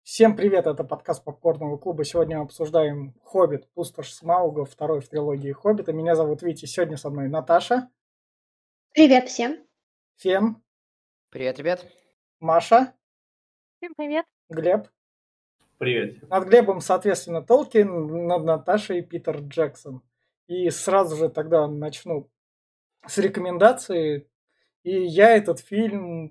Всем привет, это подкаст Попкорного клуба. Сегодня мы обсуждаем «Хоббит. Пустошь Смауга», второй в трилогии «Хоббита». Меня зовут Витя, сегодня со мной Наташа, Привет всем. Фен, Привет, ребят. Маша, Всем привет. Глеб. Привет. Над Глебом, соответственно, Толкин, над Наташей Питер Джексон. И сразу же тогда начну с рекомендации. И я этот фильм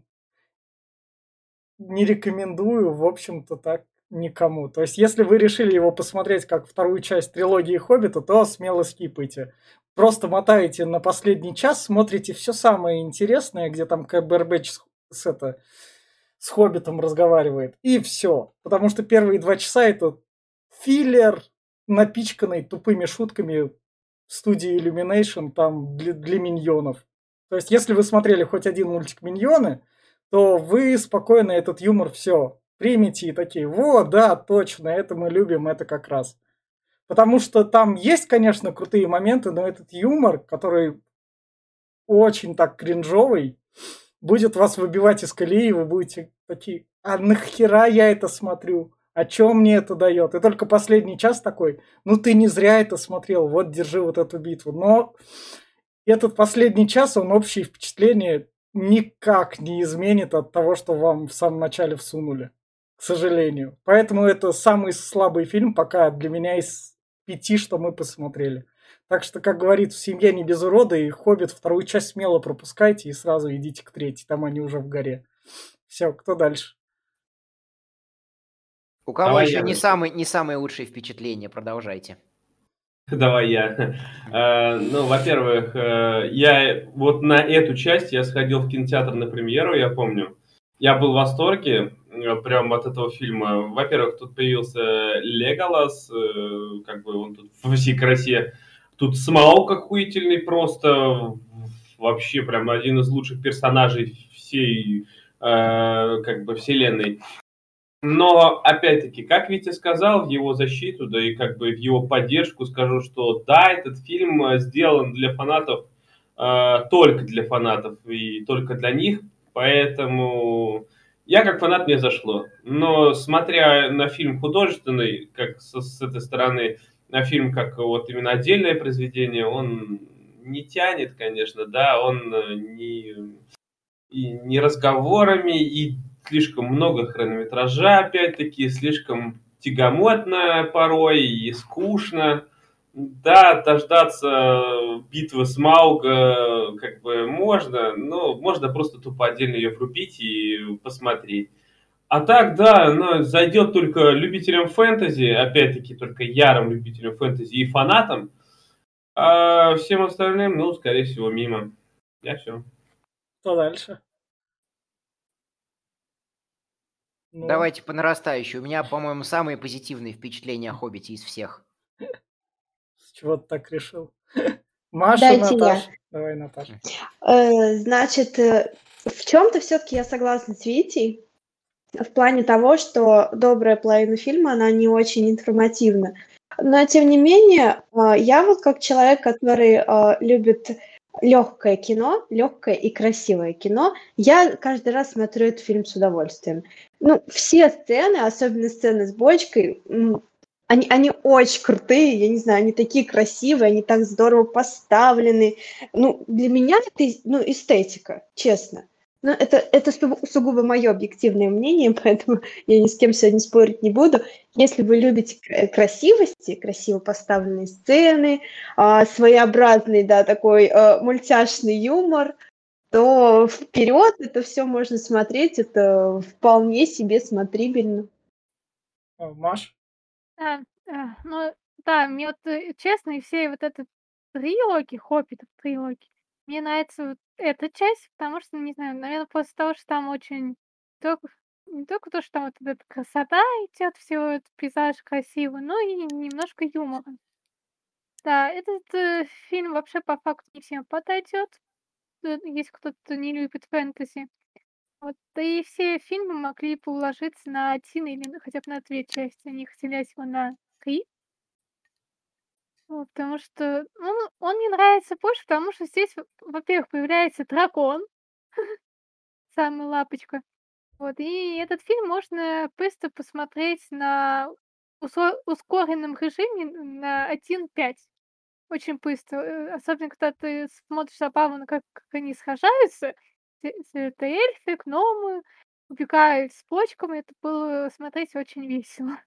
не рекомендую, в общем-то, так никому. То есть, если вы решили его посмотреть как вторую часть трилогии «Хоббита», то смело скипайте. Просто мотаете на последний час, смотрите все самое интересное, где там Кэмбербэтч с Хоббитом разговаривает, и все. Потому что первые 2 часа это филлер, напичканный тупыми шутками студии Illumination там для миньонов. То есть, если вы смотрели хоть один мультик «Миньоны», то вы спокойно этот юмор все примете и такие: вот, да, точно, это мы любим, это как раз. Потому что там есть, конечно, крутые моменты, но этот юмор, который очень так кринжовый, будет вас выбивать из колеи, и вы будете такие: а нахера я это смотрю? А чё мне это дает? И только последний час такой: ну ты не зря это смотрел, вот держи вот эту битву. Но этот последний час, он общее впечатление никак не изменит от того, что вам в самом начале всунули. К сожалению. Поэтому это самый слабый фильм пока для меня из 5, что мы посмотрели. Так что, как говорит, в семье не без урода, и «Хоббит» вторую часть смело пропускайте и сразу идите к третьей, там они уже в горе. Все, кто дальше? У кого Давай еще я не начну. самые лучшие впечатления? Продолжайте. Давай я. Ну, во-первых, я вот на эту часть я сходил в кинотеатр на премьеру, я помню. Я был в восторге прям от этого фильма. Во-первых, тут появился Леголас, как бы он тут во всей красе. Тут Смауг охуительный просто, вообще прям один из лучших персонажей всей как бы вселенной. Но, опять-таки, как Витя сказал, в его защиту, да и как бы в его поддержку скажу, что да, этот фильм сделан для фанатов, только для фанатов и только для них, поэтому я как фанат, мне зашло. Но смотря на фильм художественный, как с этой стороны, на фильм как вот именно отдельное произведение, он не тянет, конечно, да, он не разговорами, и слишком много хронометража, опять-таки, слишком тягомотно порой и скучно. Да, дождаться битвы Смауга как бы можно, но можно просто тупо отдельно ее врубить и посмотреть. А так, да, но зайдет только любителям фэнтези, опять-таки, только ярым любителям фэнтези и фанатам, а всем остальным, ну, скорее всего, мимо. Я все. Кто дальше? Ну, Давайте по нарастающей. У меня, по-моему, самые позитивные впечатления о «Хоббите» из всех. с чего ты так решил? Маша, Дайте я. Наташа. Давай, Наташа. Значит, в чем-то все-таки я согласна с Витей в плане того, что добрая половина фильма, она не очень информативна. Но, тем не менее, я вот как человек, который любит легкое кино, легкое и красивое кино, я каждый раз смотрю этот фильм с удовольствием. Ну, все сцены, особенно сцены с бочкой, они очень крутые, я не знаю, они такие красивые, они так здорово поставлены. Ну, для меня это эстетика, честно. Ну, это сугубо мое объективное мнение, поэтому я ни с кем сегодня спорить не буду. Если вы любите красивости, красиво поставленные сцены, своеобразный, да, такой мультяшный юмор, то вперед это все можно смотреть, это вполне себе смотрибельно. Маш? Ну да, мне вот, честно, и всей вот этой трилогии, «Хоббитов» трилогии, мне нравится вот эта часть, потому что, не знаю, наверное, после того, что там очень только не только то, что там вот эта красота идёт, всё, этот пейзаж красивый, но и немножко юмора. Да, этот, фильм вообще по факту не всем подойдёт, если кто-то не любит фэнтези. Вот, да и все фильмы могли бы уложиться на 1 или хотя бы на 2 части. Они хотели всего на 3. Вот, потому что, он мне нравится больше, потому что здесь, во-первых, появляется дракон, самый лапочка. Вот, и этот фильм можно быстро посмотреть на ускоренном режиме на 1.5. Очень быстро. Особенно, когда ты смотришь забавно, как они сражаются. Это эльфы, гномы, убегают с почками. Это было смотреть очень весело.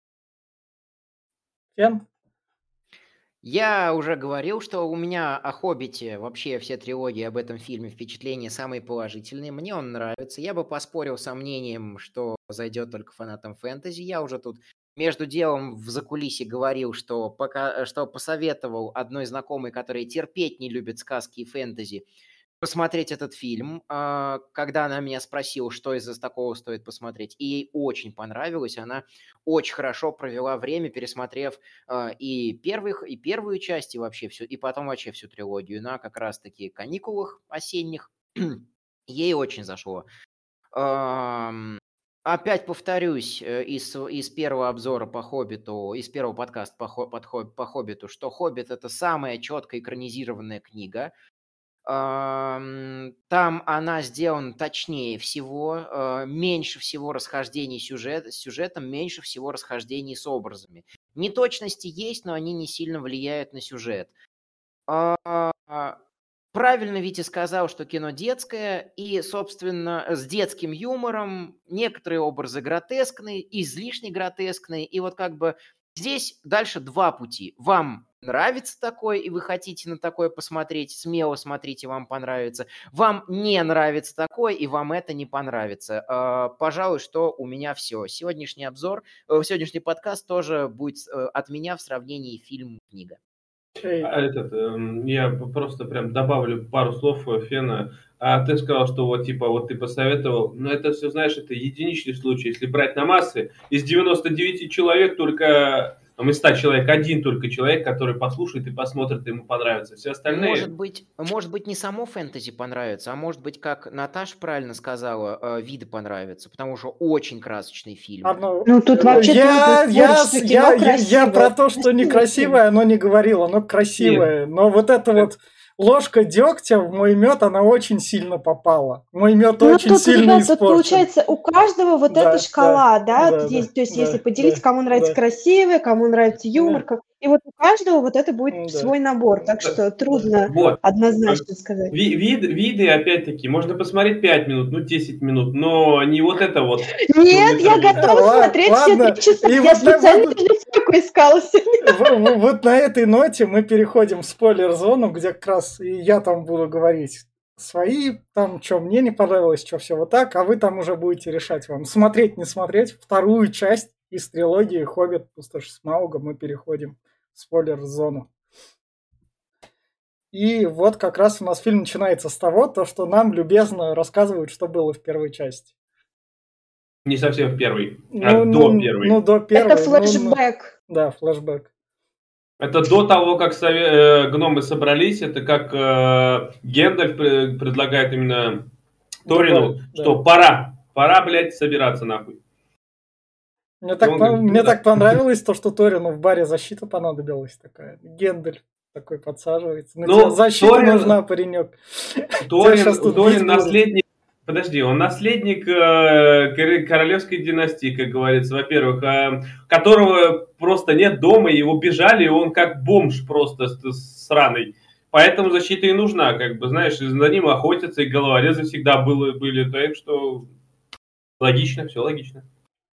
Фен? Я уже говорил, что у меня о «Хоббите» вообще все трилогии об этом фильме впечатления самые положительные. Мне он нравится. Я бы поспорил с мнением, что зайдет только фанатам фэнтези. Я уже тут между делом в закулисье говорил, что посоветовал одной знакомой, которая терпеть не любит сказки и фэнтези, посмотреть этот фильм, когда она меня спросила, что из такого стоит посмотреть. И ей очень понравилось. Она очень хорошо провела время, пересмотрев и первую часть, и вообще всю, и потом вообще всю трилогию на как раз-таки каникулах осенних. Ей очень зашло. Опять повторюсь из первого обзора по «Хоббиту», из первого подкаста по «Хоббиту», что «Хоббит» — это самая четко экранизированная книга. Там она сделана точнее всего, меньше всего расхождений с сюжетом, меньше всего расхождений с образами. Неточности есть, но они не сильно влияют на сюжет. Правильно Витя сказал, что кино детское, и, собственно, с детским юмором, некоторые образы гротескные, излишне гротескные, и вот как бы здесь дальше два пути. Вам нравится такое, и вы хотите на такое посмотреть, смело смотрите, вам понравится. Вам не нравится такое, и вам это не понравится. Пожалуй, что у меня все. Сегодняшний подкаст тоже будет от меня в сравнении фильм-книга. Я просто прям добавлю пару слов Фена. Ты сказал, что вот типа вот ты посоветовал, но это все, знаешь, это единичный случай. Если брать на массы, из 99 человек только, из 100 человек, один только человек, который послушает и посмотрит, ему понравится. Все остальные... Может быть, не само фэнтези понравится, а может быть, как Наташа правильно сказала, виды понравятся, потому что очень красочный фильм. Ну, тут вообще я про то, что некрасивое, оно не говорило, оно красивое. Но вот это вот ложка дегтя в мой мед, она очень сильно попала. Мой мед очень сильно испорчен. Тут получается, у каждого вот эта шкала, да? То есть, если поделить, кому нравится красивое, кому нравится юмор, и вот у каждого вот это будет свой набор, так что трудно однозначно сказать. Виды, опять-таки, можно посмотреть 5 минут, 10 минут, но не вот это вот. Нет, я готова смотреть все 3 часа. Я специально такой искала сегодня. Вот на этой ноте мы переходим в спойлер-зону, где как раз и я там буду говорить свои, там, что мне не понравилось, что все вот так, а вы там уже будете решать вам, смотреть, не смотреть. Вторую часть из трилогии «Хоббит. Пустошь Смауга» мы переходим в спойлер-зону. И вот как раз у нас фильм начинается с того, что нам любезно рассказывают, что было в первой части. Не совсем в первой, до первой. До первой. Это флешбэк. Да, флешбэк. Это до того, как гномы собрались, это как Гендальф предлагает именно Торину, что пора, блядь, собираться нахуй. Мне так понравилось то, что Торину в баре защита понадобилась такая. Гендальф такой подсаживается. Защита нужна, паренек. Торин наследник. Подожди, он наследник королевской династии, как говорится, во-первых, которого просто нет дома, его бежали, и он как бомж просто сраный. Поэтому защита и нужна, как бы, знаешь, за ним охотятся, и головорезы всегда были, так что логично, все логично.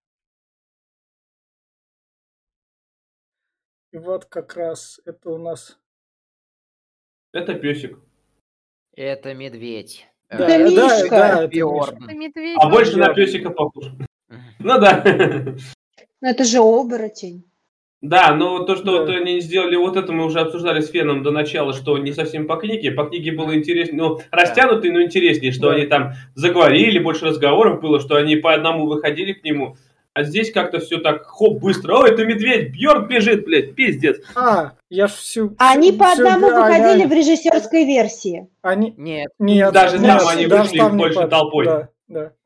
И вот как раз это у нас... Это песик. Это медведь. Да, Мишка. Это медведь. А больше на песика похож. Ну да. Но это же оборотень. Да, но то, что вот они сделали, вот это мы уже обсуждали с Феном до начала, что не совсем по книге. По книге было интереснее, ну, растянутый, но интереснее, что они там заговорили, больше разговоров было, что они по одному выходили к нему. А здесь как-то все так, хоп, быстро. О, это медведь, Бьорн бежит, блядь, пиздец. Я ж всю... Они по одному выходили в режиссерской версии. Нет. Нет. Даже там они вышли больше толпой. Да.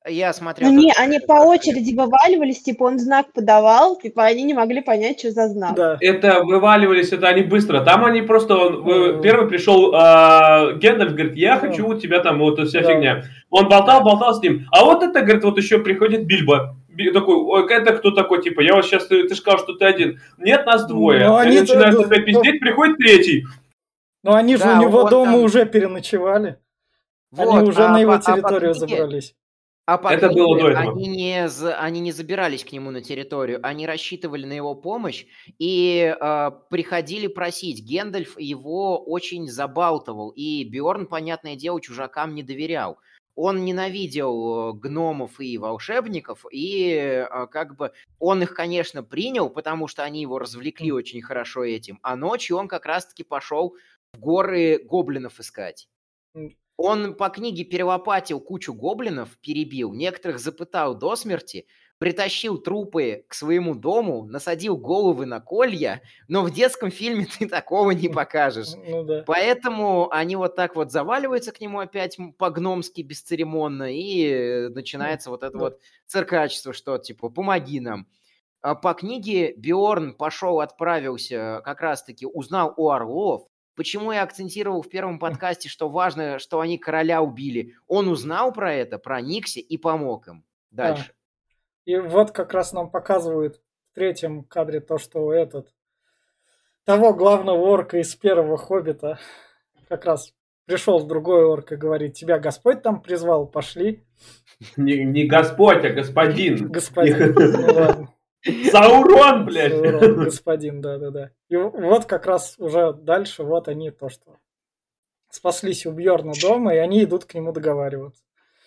Я Ну смотрел не, только они первую по серию. очереди вываливались, типа он знак подавал, типа они не могли понять, что за знак. Да. Это вываливались, это они быстро. Там они просто... Первый пришел Гэндальф, говорит, я хочу у тебя там вот вся Да. фигня. Он болтал с ним. А вот это, говорит, вот еще приходит Бильбо. Такой, ой, это кто такой, типа, я вот сейчас, ты же сказал, что ты один. Нет, нас двое. Ну, Они они начинают опять пиздеть, приходит третий. Ну, они же Да, у него он дома там- уже переночевали. Они Вот, уже на его по территорию книге- забрались. А по Это было книге до этого. они не забирались к нему на территорию, они рассчитывали на его помощь и приходили просить. Гэндальф его очень забалтывал, и Бьорн, понятное дело, чужакам не доверял. Он ненавидел гномов и волшебников, и как бы он их, конечно, принял, потому что они его развлекли очень хорошо этим, а ночью он как раз-таки пошел в горы гоблинов искать. Он по книге перелопатил кучу гоблинов, перебил, некоторых запытал до смерти, притащил трупы к своему дому, насадил головы на колья, но в детском фильме ты такого не покажешь. Ну да. Поэтому они вот так вот заваливаются к нему опять по-гномски бесцеремонно, и начинается вот это да. вот циркачество, что типа «помоги нам». А по книге Бьорн пошел, отправился, как раз-таки узнал у орлов. Почему я акцентировал в первом подкасте, что важно, что они короля убили? Он узнал про это, проникся и помог им. Дальше. И вот как раз нам показывают в третьем кадре то, что того главного орка из первого «Хоббита» как раз пришел другой орк и говорит, тебя Господь там призвал, пошли. Не Господь, а господин. Господин, ну ладно. Саурон, блядь. Саурон, господин, да. И вот как раз уже дальше, вот они то, что спаслись у Бьорна дома, и они идут к нему договариваться.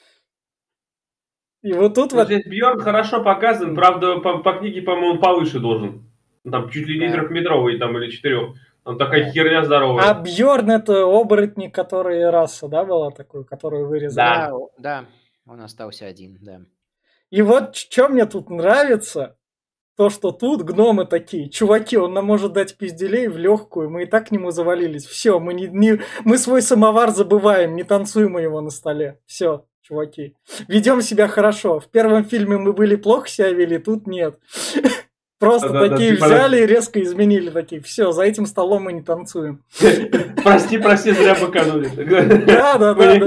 И вот тут Вот вот... здесь Бьорн хорошо показан, правда, по книге, по-моему, повыше должен. Там чуть ли не Да. 3-метровый там, или 4. Там такая херня здоровая. А Бьорн это оборотник, который раса, да, была такой, которую вырезали? Да, он остался один, да. И вот что мне тут нравится, то, что тут гномы такие, чуваки, он нам может дать пизделей в легкую, мы и так к нему завалились. Все, мы свой самовар забываем, не танцуем его на столе. Все, чуваки. Ведем себя хорошо. В первом фильме мы были плохо себя вели, тут нет. Просто такие взяли и резко изменили, такие, все, за этим столом мы не танцуем. Прости, зря быканули. Да.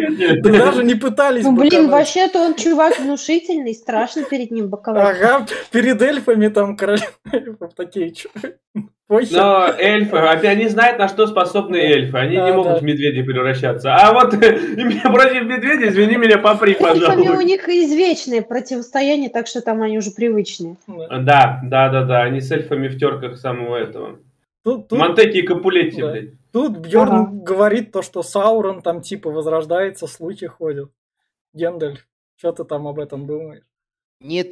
Даже не пытались Ну, блин, быкануть. вообще-то он чувак внушительный, страшно перед ним боковать. Ага, перед эльфами там короли такие, похер. Но эльфы, они знают, на что способны эльфы. Они не Да. могут в медведей превращаться. А вот против медведя, извини меня, попри, Эльфами у пожалуй. них извечное противостояние, так что там они уже привычные. Да. Они с эльфами в терках самого этого. Тут, Монтеки и Капулетти, да. блядь. Тут Бьорн Ага. говорит то, что Саурон там типа возрождается, слухи ходят. Гендальф, что ты там об этом думаешь? Не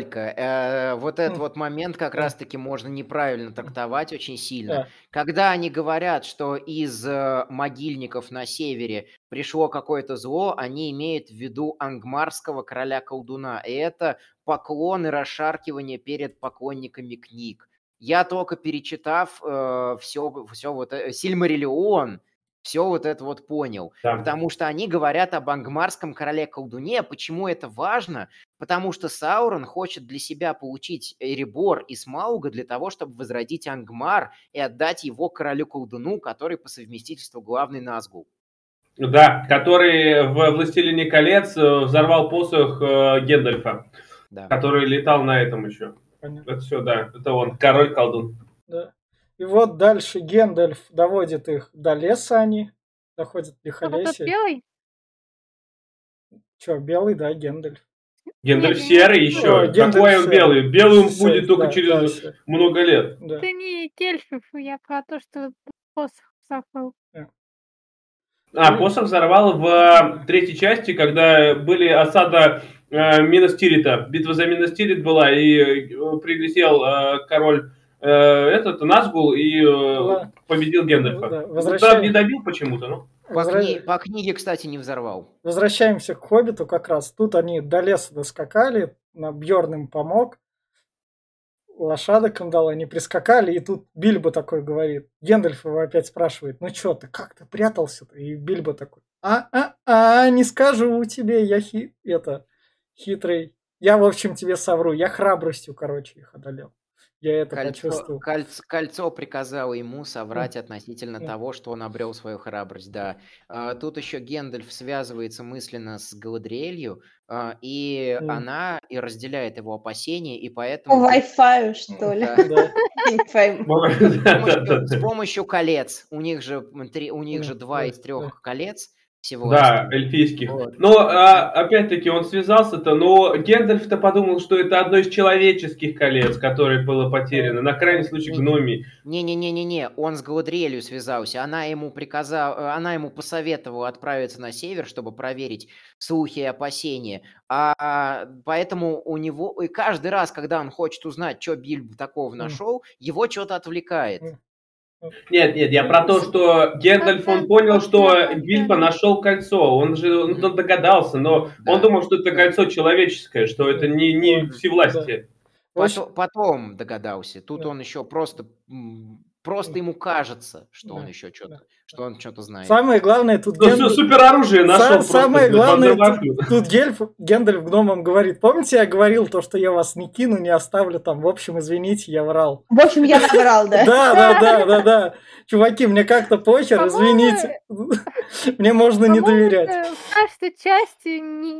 только. Вот этот М. вот момент как Да. раз-таки можно неправильно трактовать очень сильно. Да. Когда они говорят, что из могильников на севере пришло какое-то зло, они имеют в виду ангмарского короля-колдуна. И это поклон и расшаркивание перед поклонниками книг. Я только перечитав все вот Сильмариллион, все вот это вот понял. Да. Потому что они говорят об ангмарском короле-колдуне. Почему это важно? Потому что Саурон хочет для себя получить Эребор и Смауга для того, чтобы возродить Ангмар и отдать его королю-колдуну, который по совместительству главный Назгул. Да, который в «Властелине колец» взорвал посох Гендальфа, Да. который летал на этом еще. Понятно. Это все, да, это он, король-колдун. Да. И вот дальше Гендальф доводит их до леса, они доходят в А вот тот Лихолесье. белый? Че, белый, да, Гендальф. Гендальф Нет, серый не еще. О, Гендальф Какой он серый. белый? Белым Всё, будет только да, через всё. много лет. Да. Это не Кельфов, я про то, что посох взорвал. Посох взорвал в третьей части, когда были осада Минас Тирита. Битва за Минас Тирит была, и прилетел король Назгул и победил Гендальфа. Да, Да, не добил почему-то, но... По книге, кстати, не взорвал. Возвращаемся к Хоббиту как раз. Тут они до леса доскакали, Бьорн им помог. Лошадок им дал, они прискакали, и тут Бильбо такой говорит. Гендальф его опять спрашивает, ну чё ты, как ты прятался-то? И Бильбо такой, не скажу тебе, я хитрый. Я, в общем, тебе совру. Я храбростью, короче, их одолел. Я это почувствовал. Кольцо приказало ему соврать относительно Да. того, что он обрел свою храбрость, да. Тут еще Гендальф связывается мысленно с Галадриэлью, и она и разделяет его опасения, и По поэтому Wi-Fi, что ли? да, Да. Я не пойму. с помощью колец. У них же 2 из 3 Да. колец всего Да, осталось. эльфийских. Вот. Но, опять-таки, он связался-то, но Гендальф-то подумал, что это одно из человеческих колец, которое было потеряно, на крайний случай гномий. Не-не-не-не-не, он с Галадриэлью связался. Она ему посоветовала отправиться на север, чтобы проверить слухи и опасения. Поэтому у него и каждый раз, когда он хочет узнать, что Бильбо такого нашел, его что-то отвлекает. Нет, я про то, что Гендальф, он понял, что Бильбо нашел кольцо. Он догадался, но он думал, что это кольцо человеческое, что это не всевластие. Потом догадался. Тут он еще просто ему кажется, что он еще что-то знает. Самое главное, тут супероружие нашел. Самое главное, тут Гендальф гномам говорит: помните, я говорил то, что я вас не кину, не оставлю там. В общем, извините, я врал. В общем, я наврал, да? Да. Чуваки, мне как-то похер, извините. Мне можно не доверять. В каждой части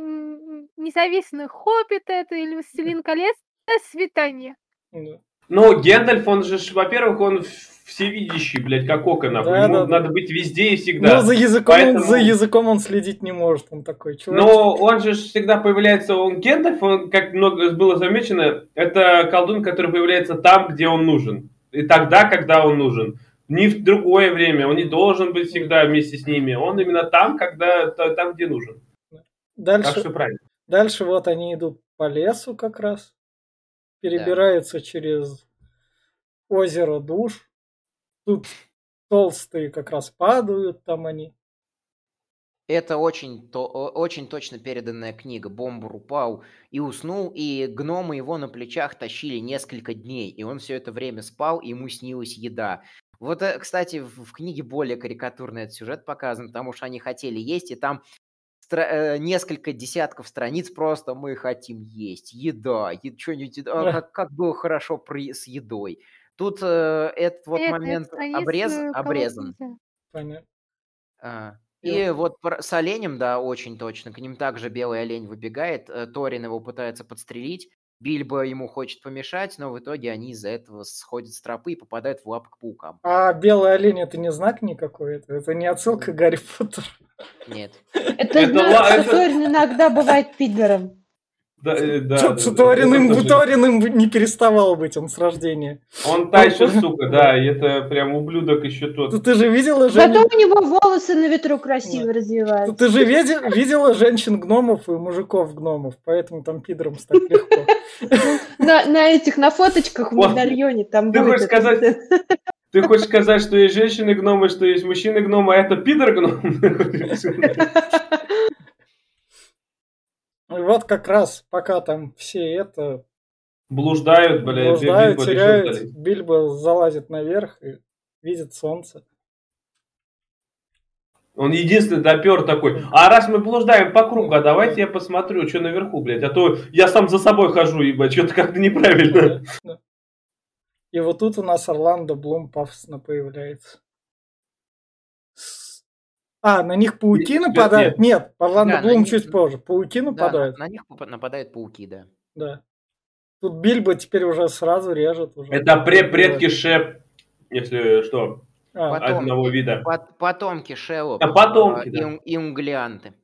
независимых Хоббит это или Властелин колец, до свидания. Ну, Гендальф, он же, во-первых, он всевидящий, блядь, как око, нахуй. Ему надо быть везде и всегда. Но за языком он следить не может, он такой чувак. Но он же всегда появляется, Гендальф, он, как много было замечено, это колдун, который появляется там, где он нужен. И тогда, когда он нужен. Не в другое время, он не должен быть всегда вместе с ними. Он именно там, где нужен. Так что правильно. Дальше вот они идут по лесу как раз. Перебираются через озеро душ. Тут толстые как раз падают, там они. Это очень точно переданная книга. Бомбур упал и уснул, и гномы его на плечах тащили несколько дней, и он все это время спал, и ему снилась еда. Вот, кстати, в книге более карикатурный этот сюжет показан, потому что они хотели есть, и там несколько десятков страниц просто «мы хотим есть, еда, что-нибудь, как было хорошо с едой». Тут этот вот момент обрезан. Понятно. И вот с оленем, да, очень точно. К ним также белый олень выбегает, Торин его пытается подстрелить, Бильбо ему хочет помешать, но в итоге они из-за этого сходят с тропы и попадают в лапы к паукам. А белый олень это не знак никакой? Это не отсылка к Гарри Поттеру? Нет. Это знак, что Торин иногда бывает пидором. Торин им не переставал быть, он с рождения. Он та еще сука, да, и это прям ублюдок еще тот. Ты же видела Зато у него волосы на ветру красиво развиваются. Ты же видела женщин-гномов и мужиков-гномов, поэтому там пидором стать легко. На фоточках в медальоне там будет. Ты хочешь сказать, что есть женщины-гномы, что есть мужчины-гномы, а это пидор-гном? И вот как раз, пока там все это... Блуждают, теряют, Бильбо залазит наверх и видит солнце. Он единственный допер такой: а раз мы блуждаем по кругу, а давайте я посмотрю, что наверху, блядь, а то я сам за собой хожу, ебать, что-то как-то неправильно. Да. И вот тут у нас Орландо Блум пафосно появляется. На них пауки нападают? Нет, Орландо Блум чуть позже. Пауки нападают? На них нападают пауки, да. Да. Тут Бильбо теперь уже сразу режет. Это предки Шеп, если что, одного вида. Потомки Шелло и Унглианты.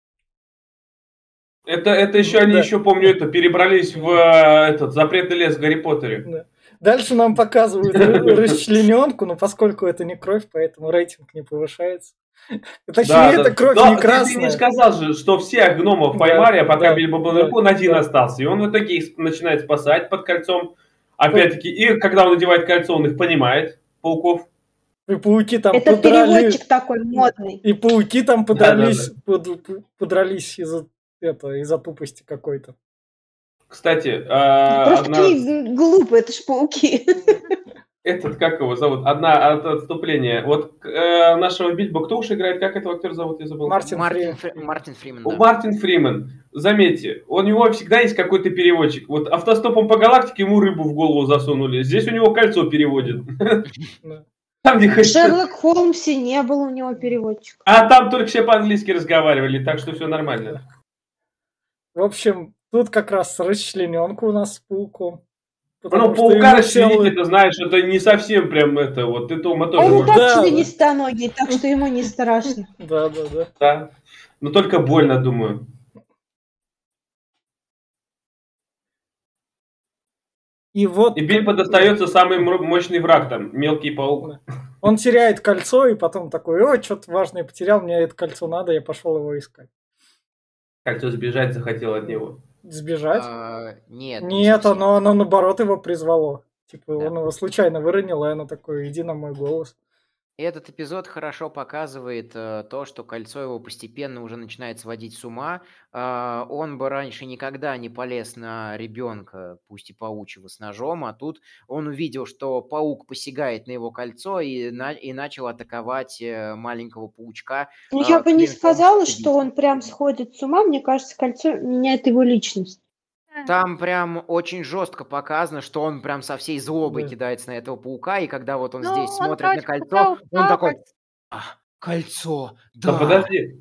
Это еще они еще, помню, перебрались в этот запретный лес в Гарри Поттере. Да. Дальше нам показывают расчлененку, но поскольку это не кровь, поэтому рейтинг не повышается. Точнее, это кровь не красная. Ты не сказал же, что всех гномов поймали, а пока Бильбо был наверху, один остался. И он в итоге их начинает спасать под кольцом. Опять-таки, и когда он надевает кольцо, он их понимает, пауков. И пауки там это переводчик такой модный. И пауки там подрались из-за тупости какой-то. Кстати, просто такие глупые, это ж пауки. как его зовут? Одна от отступления. Вот нашего Бильбо кто уж играет? Как этого актера зовут? Я забыл. Мартин Фримен, да. Мартин Фримен. Заметьте, у него всегда есть какой-то переводчик. Вот автостопом по галактике ему рыбу в голову засунули. Здесь у него кольцо переводит. В Шерлок Холмсе не было у него переводчика. А там только все по-английски разговаривали, так что все нормально. В общем, тут как раз расчлененка у нас с пауком. Ну, паука расчленить, это, знаешь, это не совсем прям это вот. Это мы тоже Он и так членистоногий, так что ему не страшно. Да. Но только больно, думаю. И Бильбо достается самый мощный враг там, мелкий паук. Он теряет кольцо и потом такой: что-то важное потерял, мне это кольцо надо, я пошел его искать. Кольцо сбежать захотел от него. Сбежать? Нет, оно наоборот его призвало. Типа он его случайно выронил, и оно такое: иди на мой голос. Этот эпизод хорошо показывает то, что кольцо его постепенно уже начинает сводить с ума. Он бы раньше никогда не полез на ребенка, пусть и паучьего, с ножом, а тут он увидел, что паук посягает на его кольцо и начал атаковать маленького паучка. Я бы не сказала, что он прям сходит с ума. Мне кажется, кольцо меняет его личность. Там прям очень жестко показано, что он прям со всей злобой кидается на этого паука, и когда вот он здесь смотрит на кольцо, он такой: кольцо, да. Да подожди,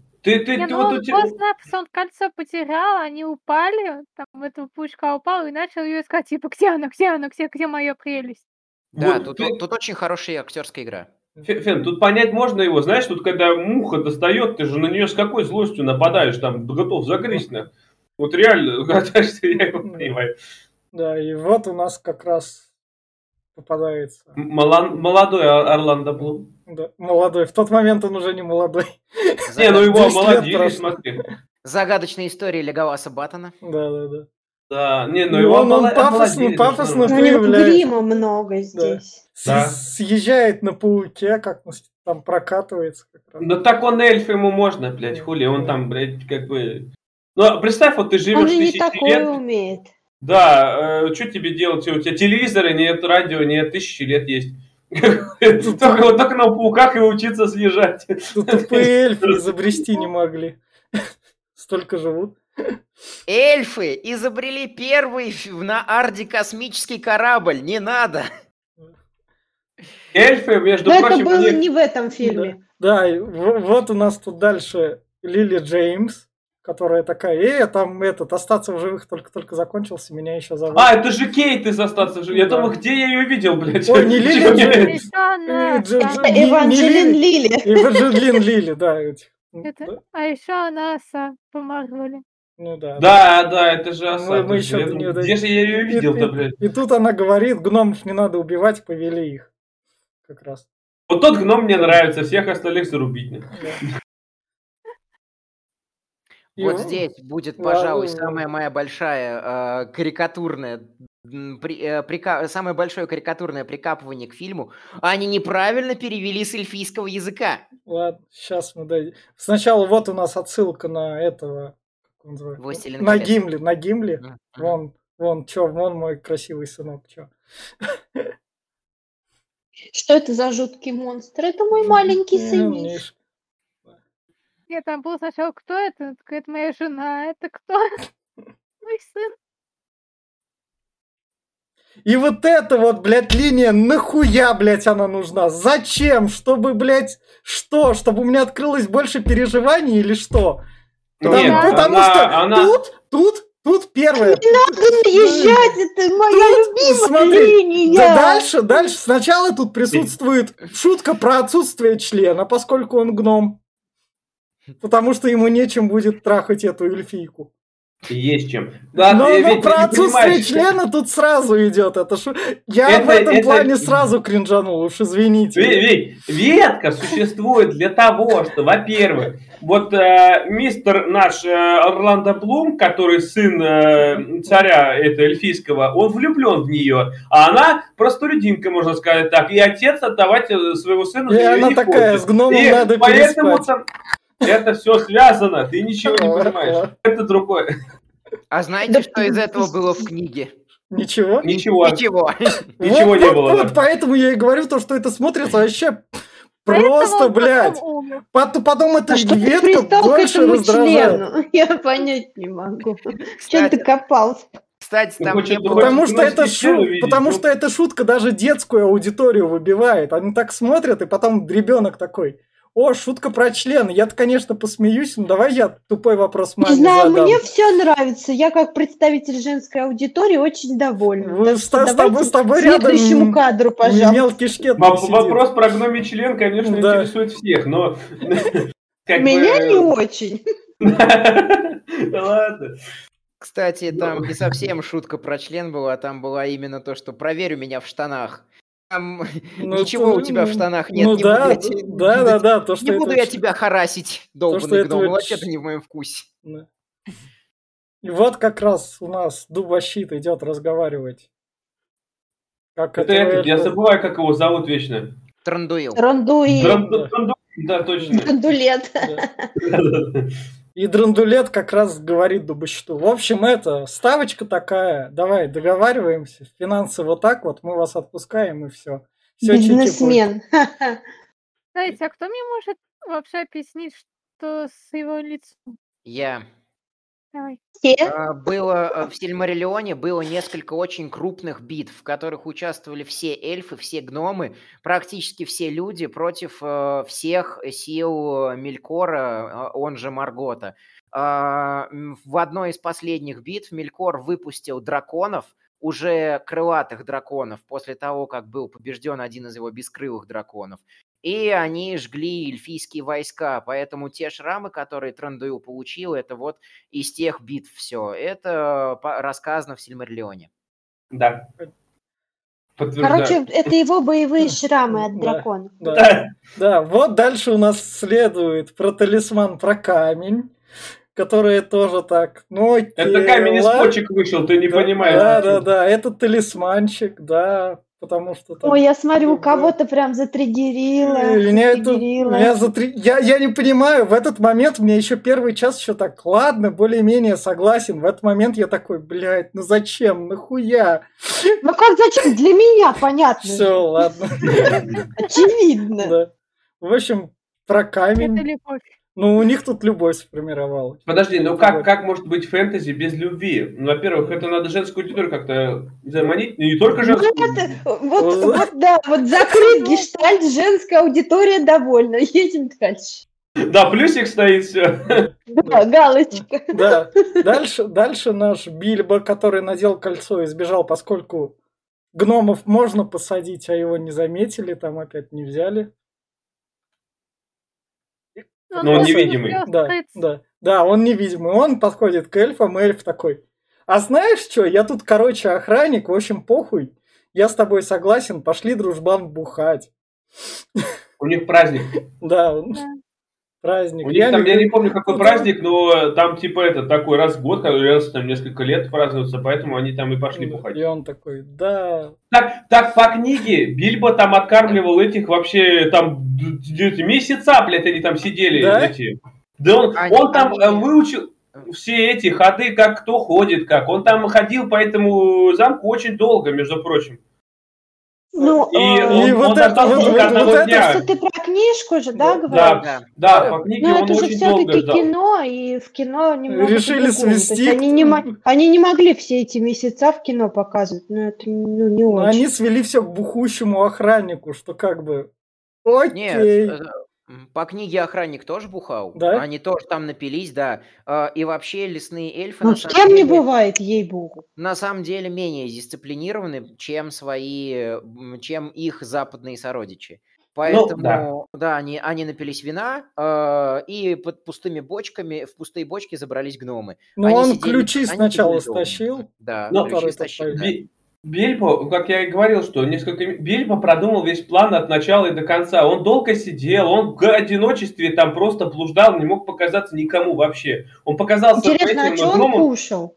он кольцо потерял, они упали, там этого паучка упал и начал ее искать, типа: где она, где моя прелесть? Да, тут очень хорошая актерская игра. Фен, тут понять можно его, знаешь, тут когда муха достает, ты же на нее с какой злостью нападаешь, там готов загрызть. Вот реально, я его понимаю. Да, и вот у нас как раз попадается. Молодой Орландо Блум. Да, молодой. В тот момент он уже не молодой. Не, ну его молодили, смотри. Загадочная история Леголаса Баттона. Да. Да, не, ну его он пафосно появляется. Грима много здесь. Съезжает на пауке, как там прокатывается. Ну так он эльф, ему можно, блядь, хули, он там, блядь, как бы... Ну, представь, вот ты живешь тысячи лет. Он и не такое умеет. Да, что тебе делать? У тебя телевизора нет, радио нет, 1000 лет есть. Только на пауках и учиться съезжать. Тупые эльфы изобрести не могли. Столько живут. Эльфы изобрели первый на Арде космический корабль, не надо. Эльфы, между прочим... это было не в этом фильме. Да, вот у нас тут дальше Лили Джеймс, которая такая: там остаться в живых только закончился, меня еще зовут. Это же Кейт из остаться в живых. Я думаю, где я ее видел, блядь? Ой, не Лили Джеймс. Эванжелин Лили. Эванжелин Лили, да. А еще она Аса по Марвеле. Ну да. Да, это же Аса. Мы еще где же я ее видел-то, блядь? И тут она говорит: гномов не надо убивать, повели их. Как раз. Вот тот гном мне нравится, всех остальных зарубить. Вот здесь будет, пожалуй, самая моя большая карикатурная, самое большое карикатурное прикапывание к фильму. Они неправильно перевели с эльфийского языка. Ладно, сейчас мы дойдем. Сначала вот у нас отсылка на этого... На Гимли. Вон мой красивый сынок, чё. Что это за жуткий монстр? Это мой маленький сынишка. Нет, там был сначала: кто это? Это моя жена. Это кто? Мой сын. И вот эта вот, блядь, линия, нахуя, блядь, она нужна? Зачем? Чтобы, блядь, что? Чтобы у меня открылось больше переживаний или что? Потому что тут первое. Не надо наезжать, это моя любимая линия. Дальше сначала тут присутствует шутка про отсутствие члена, поскольку он гном. Потому что ему нечем будет трахать эту эльфийку. Есть чем. Да, но про отсутствие члена тут сразу идет. Я в этом плане сразу кринжанул, уж извините. Ветка существует для того, что, во-первых, вот мистер наш Орландо Блум, который сын царя эльфийского, он влюблен в нее, а она простолюдинка, можно сказать так, и отец отдавать своего сына. И она такая: с гномом надо переспать. Это все связано, ты ничего не понимаешь. Это другое. А знаете, что из этого было в книге? Ничего? Ничего. Ничего. Ничего не было. Вот поэтому я и говорю то, что это смотрится вообще просто, блядь. Потом эта Что ты ветка пристал к больше этому раздражает. члену? Я понять не могу. Чем Кстати, ты копался? кстати, Ну, там хочет- не было... Потому Хочется что, это носить тело видеть, потому ну. что эта шутка даже детскую аудиторию выбивает. Они так смотрят, и потом ребенок такой: о, шутка про член. Я-то, конечно, посмеюсь, но давай я тупой вопрос Не маме знаю, задам. мне все нравится. Я как представитель женской аудитории очень довольна. Вы Так с что давайте тобой к следующему рядом кадру, пожалуйста. мелкий шкет не сидит. Вопрос про гномий член, конечно, Да. интересует всех, но... как Меня бы- не очень. Ладно. Кстати, там не совсем шутка про член была, там была именно то, что проверь у меня в штанах. Там Ну, ничего у это, тебя в штанах нет, ну не да, буду я те- да, то, что не буду это я тебя харасить, что долбанный этого гном, вообще-то не в моем вкусе. Да. И вот как раз у нас дубощит идет разговаривать. Как Это этот, я забываю, как его зовут вечно. Трандуил. Рандуи, Да, точно. рандулет. Да. И Драндулет как раз говорит дубощиту: в общем, это ставочка такая, давай договариваемся, финансы вот так вот, мы вас отпускаем и все. Бизнесмен. Знаете, а кто мне может вообще объяснить, что с его лицом? Я. Давай. Было в Сильмариллионе было несколько очень крупных битв, в которых участвовали все эльфы, все гномы, практически все люди против всех сил Мелькора, он же Маргота. В одной из последних битв Мелькор выпустил драконов, уже крылатых драконов, после того, как был побежден один из его бескрылых драконов. И они жгли эльфийские войска, поэтому те шрамы, которые Трандуил получил, это вот из тех битв все. Это рассказано в Сильмариллионе. Да. Подтверждаю. Короче, это его боевые шрамы от Да. дракона. Да, вот дальше у нас следует про талисман, про камень, который тоже так, ну окей, Это камень из ладно. почек вышел, ты не понимаешь. Да, это талисманчик, да, потому что там... Ой, я смотрю, кого-то прям затриггерило. Я не понимаю, в этот момент мне еще первый час еще так, ладно, более-менее согласен. В этот момент я такой, блядь, ну зачем, нахуя? Ну как зачем? Для меня понятно. Все, ладно. Очевидно. Да. В общем, про Это камень. любовь. Ну, у них тут любовь сформировалась. Подожди, ну как может быть фэнтези без любви? Ну, во-первых, это надо женскую аудиторию как-то заманить, не только женскую. Вот закрыть гештальт, женская аудитория довольна. Едем дальше. Да, плюсик стоит, все. Да, галочка. Да. Дальше наш Бильбо, который надел кольцо и сбежал, поскольку гномов можно посадить, а его не заметили, там опять не взяли. Но он невидимый. Да, он невидимый. Он подходит к эльфам, и эльф такой: а знаешь что, я тут, короче, охранник, в общем, похуй. Я с тобой согласен, пошли, дружбан, бухать. У них праздник. Да, праздник. У них там, я не помню, какой праздник, но там типа это такой раз в год, который раз там несколько лет празднуется, поэтому они там и пошли бухать. И он такой, да. Так по книге Бильбо там откармливал этих вообще там месяца, блядь, они там сидели. Да? Эти. Да он там выучил все эти ходы, как кто ходит, как. Он там ходил по этому замку очень долго, между прочим. Ну, вот это что ты про книжку же, да, говоришь? Да, по книге он это же очень долго все-таки ждал. кино, и в кино немного Решили по-другому. То есть свести. они не могли все эти месяца в кино показывать, но это не очень. Они свели все к бухущему охраннику, что как бы окей. Нет, по книге охранник тоже бухал. Да? Они тоже там напились, да. И вообще лесные эльфы Ну, на с самом кем не деле, бывает, ей-богу. на самом деле менее дисциплинированы, чем их западные сородичи. Поэтому, да, они напились вина, и под пустыми бочками, в пустые бочки забрались гномы. Ну, Они он сидели- ключи они сначала сидели дома. стащил. Да, Ну, ключи стащили, да. Бильбо, как я и говорил, что Бильбо продумал весь план от начала и до конца. Он долго сидел, он в одиночестве там просто блуждал, не мог показаться никому вообще. Он показался Интересно, а этим что он гномом. кушал?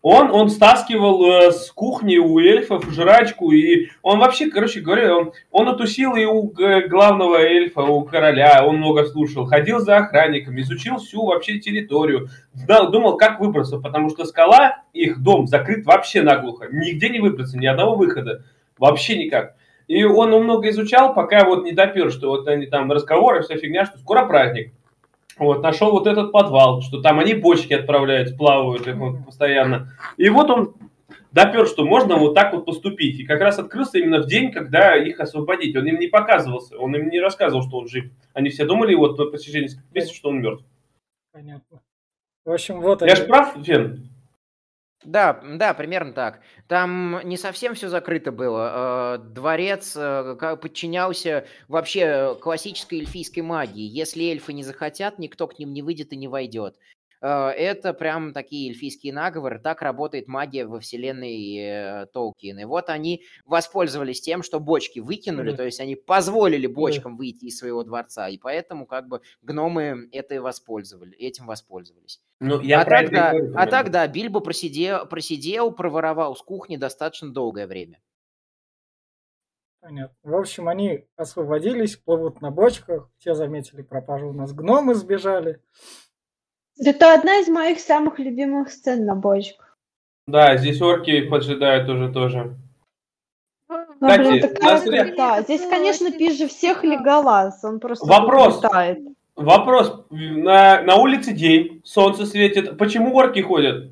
Он стаскивал с кухни у эльфов жрачку, и он вообще, короче говоря, он отусил и у главного эльфа, у короля, он много слушал, ходил за охранниками, изучил всю вообще территорию, думал, как выбраться, потому что скала, их дом закрыт вообще наглухо, нигде не выбраться, ни одного выхода, вообще никак. И он много изучал, пока вот не допер, что вот они там разговоры, вся фигня, что скоро праздник. Вот, нашел вот этот подвал, что там они бочки отправляют, плавают их вот постоянно. И вот он допер, что можно вот так вот поступить. И как раз открылся именно в день, когда их освободить. Он им не показывался, он им не рассказывал, что он жив. Они все думали вот по протяжении нескольких месяцев, что он мертв. Понятно. В общем, вот Я же прав, Фен? Да, примерно так. Там не совсем все закрыто было. Дворец подчинялся вообще классической эльфийской магии. Если эльфы не захотят, никто к ним не выйдет и не войдет. Это прям такие эльфийские наговоры. Так работает магия во вселенной Толкиена. И вот они воспользовались тем, что бочки выкинули, то есть они позволили бочкам выйти из своего дворца, и поэтому как бы гномы этим воспользовались. Ну, я тогда Бильбо просидел, проворовал с кухни достаточно долгое время. Понятно. В общем, они освободились, плывут на бочках, все заметили пропажу, у нас гномы сбежали. Это одна из моих самых любимых сцен на бочках. Да, здесь орки поджидают уже тоже. Кстати, такая красота. Здесь, конечно, пизже всех Леголас. Он просто летает. Вопрос. На улице день, солнце светит. Почему орки ходят?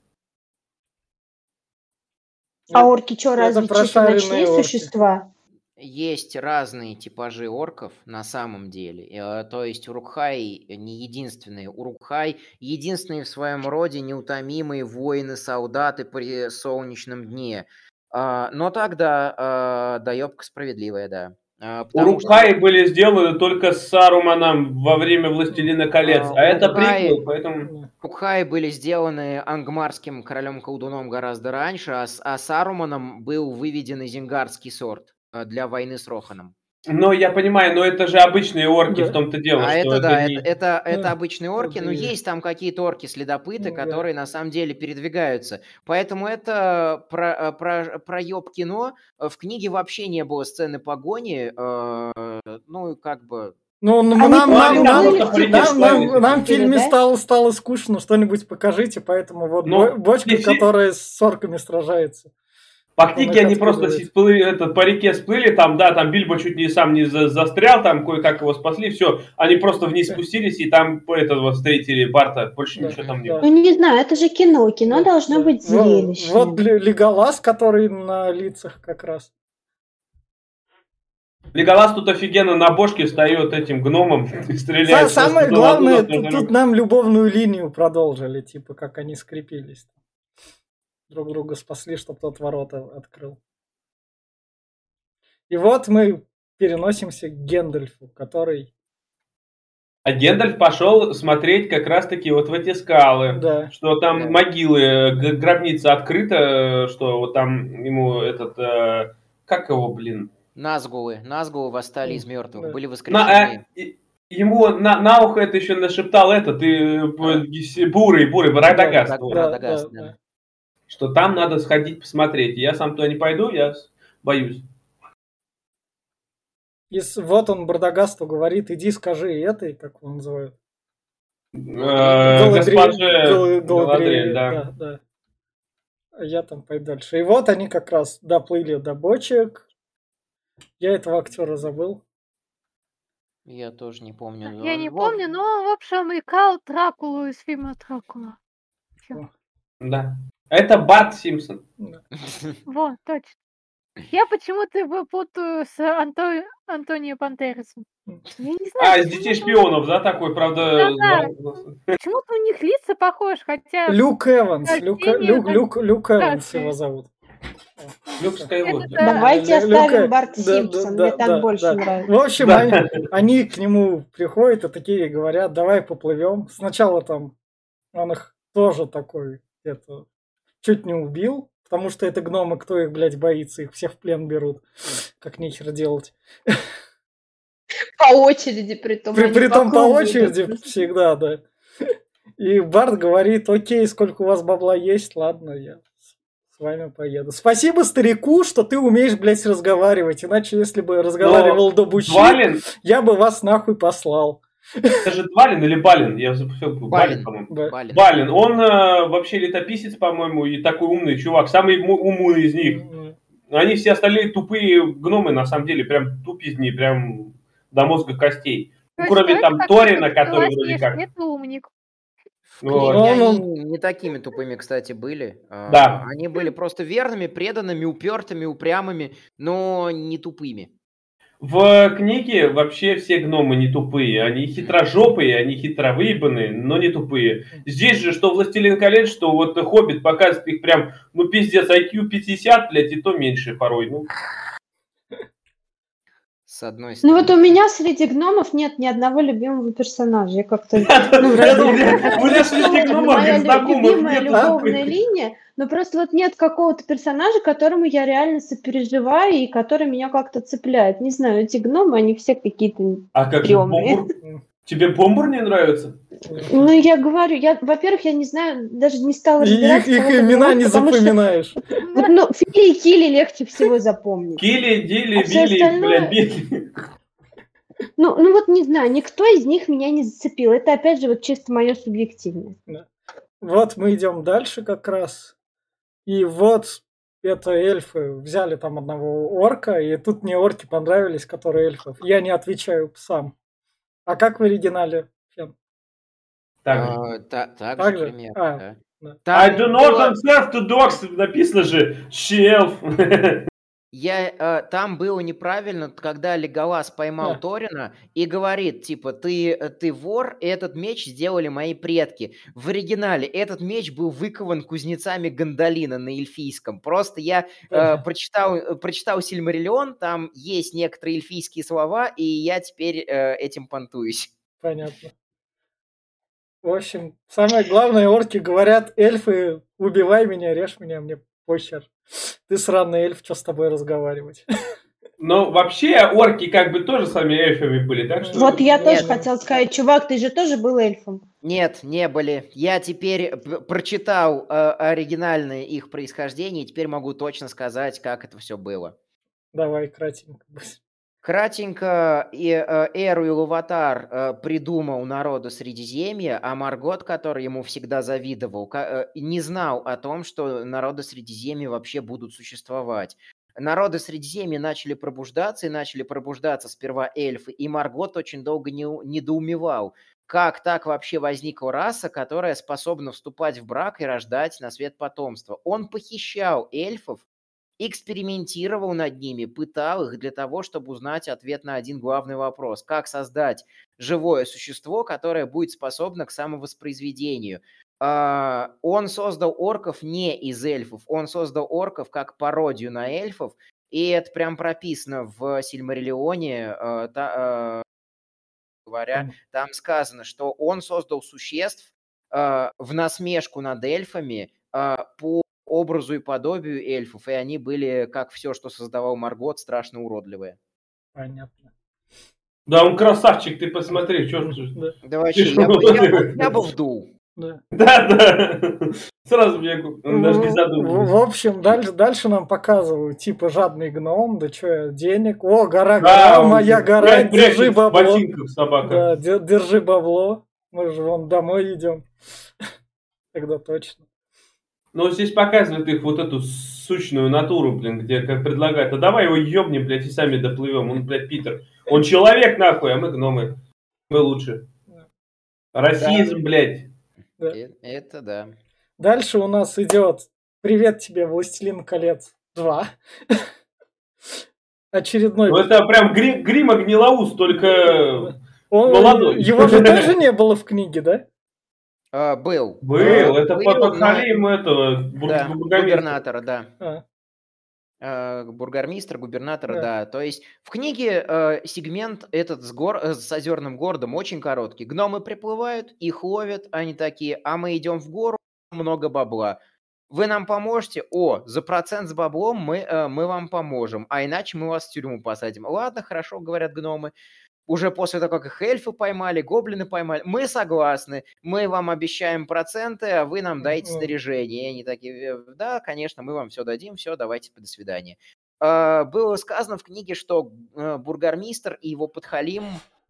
А орки что, разве чисто ночные существа? Есть разные типажи орков на самом деле. То есть Урукхай не единственные. Урукхай единственные в своем роде неутомимые воины-солдаты при солнечном дне. Но тогда доебка справедливая, да. Урукхаи были сделаны только с Саруманом во время «Властелина колец», это приквел, поэтому... Урукхаи были сделаны ангмарским королем-колдуном гораздо раньше, а Саруманом был выведен изенгарский сорт для войны с Роханом. Ну, я понимаю, но это же обычные орки, в том-то дело. Это обычные орки, но есть там какие-то орки-следопыты, которые на самом деле передвигаются. Поэтому это проеб кино. В книге вообще не было сцены погони. Ну, как бы... Ну, нам в фильме стало скучно, что-нибудь покажите, поэтому вот бочка, которая с орками сражается. По книге они просто по реке сплыли, там Бильбо чуть не сам не застрял, там кое-как его спасли, все, они просто вниз спустились, и там этого встретили Барта, больше ничего там не было. Ну, не знаю, это же кино должно быть зрелищным. Вот Леголас, который на лицах как раз. Леголас тут офигенно на бошке встает этим гномом и стреляет. Самое главное, тут нам любовную линию продолжили, типа как они скрепились. Друг друга спасли, чтобы тот ворота открыл. И вот мы переносимся к Гендальфу, который... А Гендальф пошел смотреть как раз-таки вот в эти скалы, что там могилы, гробница открыта, что вот там ему как его, блин? Назгулы восстали из мертвых, были воскрешены. Ему на ухо это еще нашептал Бурый, Радагаст. Да. Что там надо сходить посмотреть. Я сам туда не пойду, я боюсь. Вот он Бардагасту говорит, иди скажи этой, как его называют? Галадриэль, да. А я там пойду дальше. И вот они как раз доплыли до бочек. Я этого актера забыл. Я тоже не помню. Я не помню, но, в общем, играл Дракулу из фильма «Дракула». Да. Это Барт Симпсон. Вот, точно. Я почему-то его путаю с Антонио Бандерасом. Я не знаю. Из «Детей шпионов», да, такой, правда. Да. Почему-то у них лица похожи, хотя... Люк Эванс его зовут. Люк Скайуокер. Давайте оставим Барт Симпсон, мне так больше нравится. В общем, они к нему приходят и такие говорят, давай поплывем. Сначала там он их тоже такой, чуть не убил, потому что это гномы, кто их, блядь, боится, их всех в плен берут, как нехер делать. По очереди, притом. Притом по очереди всегда, да. И Барт говорит: окей, сколько у вас бабла есть, ладно, я с вами поеду. Спасибо старику, что ты умеешь, блядь, разговаривать. Иначе, если бы разговаривал до Бучи, Двалин, я бы вас нахуй послал. это же Двалин или Балин? Я забыл. Балин, по-моему. Балин. Балин, он вообще летописец, по-моему, и такой умный чувак, самый умный из них. Они все остальные тупые гномы, на самом деле, прям тупизни, прям до мозга костей. Ну, кроме там Торина, который вроде как... Это умник. В Вот. книге Ну, они не такими тупыми, кстати, были. Да. Они были просто верными, преданными, упертыми, упрямыми, но не тупыми. В книге вообще все гномы не тупые. Они хитрожопые, они хитровыебанные, но не тупые. Здесь же, что «Властелин колец», что вот «Хоббит» показывает их прям, ну, пиздец, IQ 50, блядь, и то меньше порой. Ну, С одной Ну стороны. вот у меня среди гномов нет ни одного любимого персонажа. Я как-то... Я думаю, у меня среди гномов Моя знакомых любимая нет. любовная линия, но просто вот нет какого-то персонажа, которому я реально сопереживаю и который меня как-то цепляет. Не знаю, эти гномы, они все какие-то А как же стрёмные. Бомбур? Тебе Бомбур не нравится? Ну, я говорю, во-первых, я не знаю, даже не стала И разбираться. их кого там имена зовут, не потому что запоминаешь. вот, ну, Фили и Кили легче всего запомнить. Килли, Дилли, А всё Билли, остальное- блядь, Билли. Ну вот не знаю, никто из них меня не зацепил. Это опять же вот чисто мое субъективное. Вот мы идем дальше как раз. И вот это эльфы взяли там одного орка, и тут мне орки понравились, которые эльфов. Я не отвечаю сам. А как в оригинале? Фен? Так. Так Так же же? примерно, А, да. да. Там I do not было- observe to dogs, написано же, shelf. Там было неправильно, когда Леголас поймал Да. Торина и говорит, типа, ты вор, и этот меч сделали мои предки. В оригинале этот меч был выкован кузнецами Гандалина на эльфийском. Просто я прочитал Сильмариллион, там есть некоторые эльфийские слова, и я теперь этим понтуюсь. Понятно. В общем, самое главное, орки говорят: эльфы, убивай меня, режь меня, мне похер. Ты сраный эльф, что с тобой разговаривать? Но вообще орки как бы тоже сами эльфами были, так что... Вот я Нет. тоже хотела сказать, чувак, ты же тоже был эльфом. Нет, не были. Я теперь прочитал оригинальное их происхождение, и теперь могу точно сказать, как это все было. Давай, кратенько. Кратенько, Эру Илуватар придумал народу Средиземья, а Маргот, который ему всегда завидовал, не знал о том, что народы Средиземья вообще будут существовать. Народы Средиземья начали пробуждаться, и начали пробуждаться сперва эльфы, и Маргот очень долго недоумевал, как так вообще возникла раса, которая способна вступать в брак и рождать на свет потомство. Он похищал эльфов, экспериментировал над ними, пытал их для того, чтобы узнать ответ на один главный вопрос. Как создать живое существо, которое будет способно к самовоспроизведению. Он создал орков не из эльфов, он создал орков как пародию на эльфов, и это прям прописано в Сильмариллионе, говоря, там сказано, что он создал существ в насмешку над эльфами по образу и подобию эльфов, и они были, как все, что создавал Маргот, страшно уродливые. Понятно. Да, он красавчик, ты посмотри, что ж. Да, вообще, я бы вдул. да. Да. Сразу мне даже не задумываюсь. В общем, дальше нам показывают, типа, жадный гном, да что, денег. О, гора, Да, моя гора, держи в бабло. ботинках собака. Да, держи бабло. Мы же вон домой идем. Тогда точно. Но здесь показывают их вот эту сущную натуру, блин, где как предлагают, а давай его ёбнем, блядь, и сами доплывем. Он, блядь, Питер. Он человек, нахуй, а мы гномы. Мы лучше. Расизм, блядь. Да. Это да. Дальше у нас идет «Привет тебе, Властелин колец 2». Очередной. Ну это прям грим Огнелоус, только молодой. Его же тоже не было в книге, да? Был. Это Был, под но- халим этого Да, бургомистра. губернатора, да. Бургомистр, губернатора, Да. да. То есть в книге сегмент этот с озерным городом очень короткий. Гномы приплывают, их ловят, они такие, а мы идем в гору, много бабла. Вы нам поможете? О, за процент с баблом мы вам поможем, а иначе мы вас в тюрьму посадим. Ладно, хорошо, говорят гномы. уже после того, как их эльфы поймали, гоблины поймали. Мы согласны, мы вам обещаем проценты, а вы нам дайте снаряжение. И они такие, да, конечно, мы вам все дадим, все, давайте, до свидания. Было сказано в книге, что бургомистр и его подхалим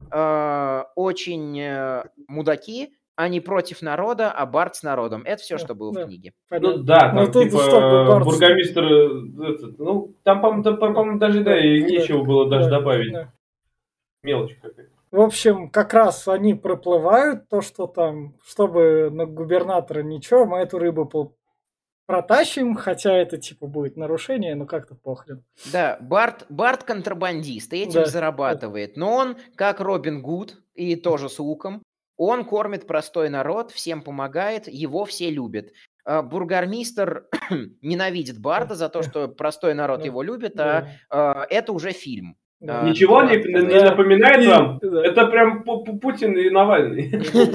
очень мудаки, они против народа, а Барт с народом. Это все, что было в книге. Ну да, там типа бургомистр, там, по-моему, даже и нечего было даже добавить. Мелочь какая-то. В общем, как раз они проплывают, то, что там, чтобы на губернатора ничего, мы эту рыбу протащим, хотя это типа будет нарушение, но как-то похрен. Да, Барт контрабандист, и этим зарабатывает. Но он, как Робин Гуд, и тоже с луком, он кормит простой народ, всем помогает, его все любят. Бургомистр ненавидит Барта за то, что простой народ его любит, а это уже фильм. Ничего не напоминает вам? Это прям Путин и Навальный.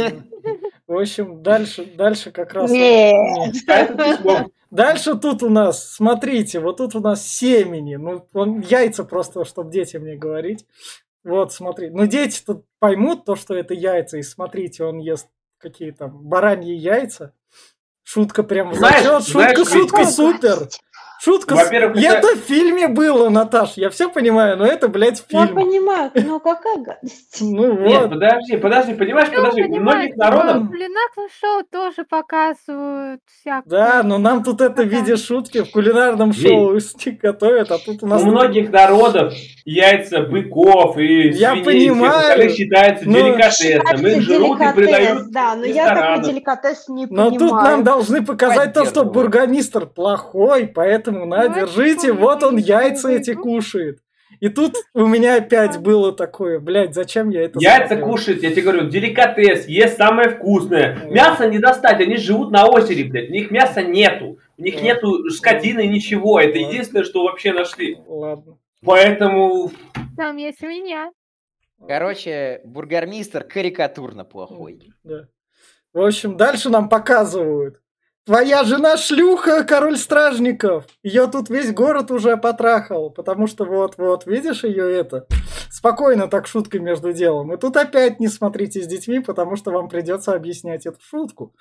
В общем, дальше как раз... Нет. Дальше тут у нас, смотрите, вот тут у нас семени. Ну, яйца просто, чтобы детям не говорить. Вот, смотри. Ну, дети-то поймут то, что это яйца. И смотрите, он ест какие там бараньи яйца. Шутка прям зачет. Шутка супер. Шутка. Это в фильме было, Наташ. Я все понимаю, но это, блядь, фильм. Я понимаю, но какая гадость. Ну нет, вот. подожди, понимаешь, многих народов... В кулинарном шоу тоже показывают всякое. Да, но нам тут это в виде шутки в кулинарном шоу готовят, а тут у нас... У многих народов яйца быков и свиней остальных считается деликатесом. Их жрут и придают. Да, но я такой деликатес не понимаю. Но тут нам должны показать то, что бургомистр плохой, поэтому на, держите, вот он яйца эти кушает. И тут у меня опять было такое, блядь, зачем я это яйца смотрел? Кушает, я тебе говорю, деликатес, есть самое вкусное. Мясо не достать, они живут на озере, блядь, у них мяса нету. У них нету скотины, ничего. Это единственное, что вообще нашли. Ладно. Поэтому... Там есть меня. Короче, бургомистр карикатурно плохой. Да. В общем, дальше нам показывают. Твоя жена шлюха, король стражников. Ее тут весь город уже потрахал. Потому что вот, видишь ее это? Спокойно так шуткой между делом. И тут опять не смотрите с детьми, потому что вам придется объяснять эту шутку.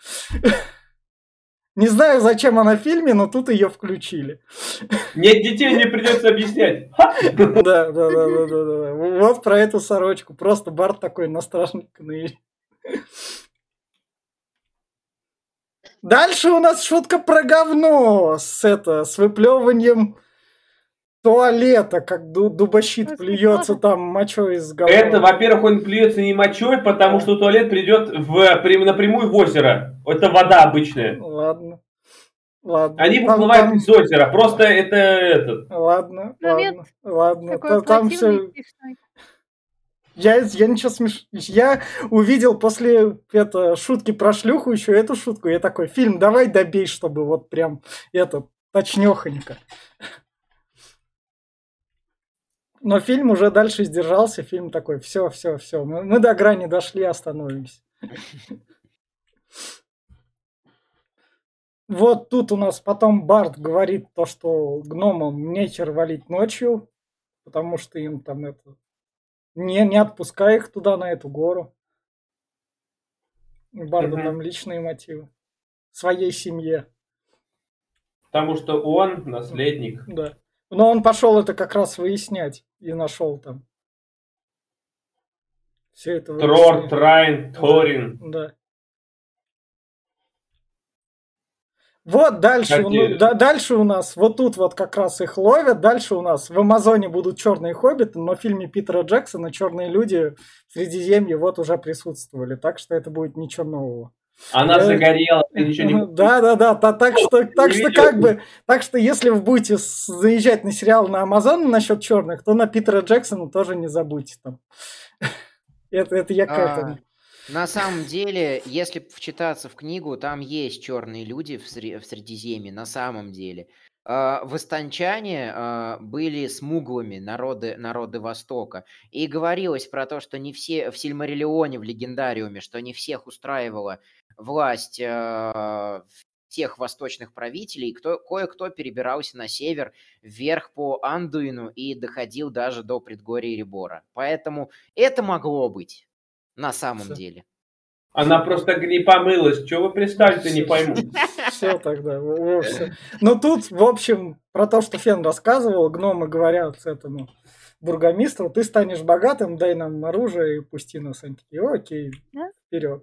Не знаю, зачем она в фильме, но тут ее включили. Нет, детей не придется объяснять. Да. Вот про эту сорочку. Просто Барт такой на стражника. Дальше у нас шутка про говно с выплевыванием туалета, как дубощит плюется там мочой из говна. Это, во-первых, он плюется не мочой, потому что туалет придет напрямую в озеро. Это вода обычная. Ладно. Они выплывают из озера. Просто это этот. Ладно. Там все... Я ничего смешного. Я увидел после шутки про шлюху еще эту шутку. Я такой, фильм, давай добей, чтобы вот прям точнёхонько. Но фильм уже дальше сдержался. Фильм такой, все. Мы до грани дошли, остановимся. Вот тут у нас потом Барт говорит то, что гномам нехер валить ночью, потому что им там не отпускай их туда, на эту гору. У Барда там личные мотивы. Своей семье. Потому что он наследник. Да. Но он пошел это как раз выяснять. И нашел там. Все это Трор, Трайн, Торин. Да. Вот дальше у нас, вот тут вот как раз их ловят. Дальше у нас в Амазоне будут черные хоббиты, но в фильме Питера Джексона черные люди в Средиземье вот уже присутствовали. Так что это будет ничего нового. Она загорела, ты ничего не... Да. Так что если вы будете заезжать на сериал на Амазон насчет черных, то на Питера Джексона тоже не забудьте там. Это я к этому. На самом деле, если вчитаться в книгу, там есть черные люди в Средиземье, на самом деле. Востанчане были смуглыми, народы Востока. И говорилось про то, что не все в Сильмариллионе, в Легендариуме, что не всех устраивала власть всех восточных правителей, кое-кто перебирался на север, вверх по Андуину и доходил даже до предгорья Эребора. Поэтому это могло быть на самом Всё. деле. Она просто не помылась. Чего вы пристали-то, не пойму. Все тогда. Всё. Ну тут, в общем, про то, что Фен рассказывал, гномы говорят этому бургомистру: ты станешь богатым, дай нам оружие и пусти нас. Они такие: окей, Да? вперед.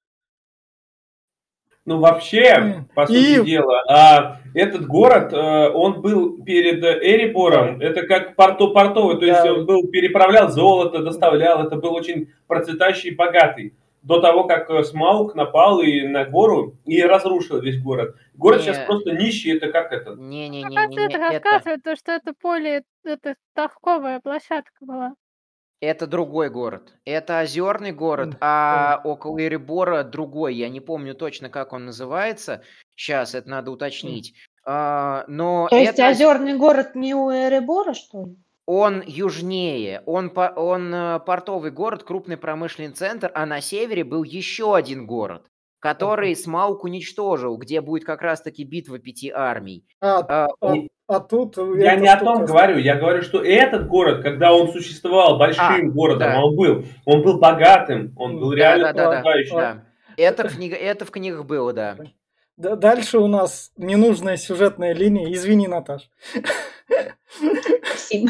Ну, вообще, по сути дела, этот город, он был перед Эребором, это как портовый, то есть Да. он был, переправлял золото, доставлял, это был очень процветающий и богатый. До того, как Смауг напал и на гору и разрушил весь город. Город сейчас Не, просто нищий, это как это? Мне кажется, это это рассказывает то, что это поле, это торговая площадка была. другой город. Это озерный город, М, а около Эребора другой. Я не помню точно, как он называется. Сейчас это надо уточнить. Но То есть это озерный город не у Эребора, что ли? он южнее, он портовый город, крупный промышленный центр, а на севере был еще один город, который Смауг уничтожил, где будет как раз-таки битва 5 армий. Тут Я эта не о том штука- говорю, я говорю, что этот город, когда он существовал большим городом, да. он был богатым, он был реально процветающим. Да. Это в книгах было, да. Дальше у нас ненужная сюжетная линия. Извини, Наташ. Спасибо.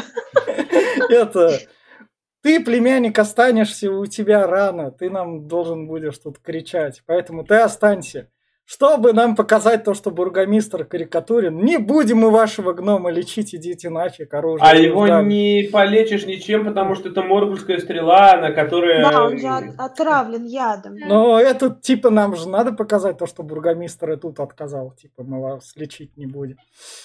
Это ты, племянник, останешься, у тебя рано, ты нам должен будешь тут кричать, поэтому ты останься. Чтобы нам показать то, что бургомистр карикатурен, не будем мы вашего гнома лечить, идите нафиг, оружие. А его не полечишь ничем, потому что это моргульская стрела, на которой... Да, он же отравлен ядом. Но это, типа, нам же надо показать то, что бургомистр и тут отказал. Типа, мы вас лечить не будем.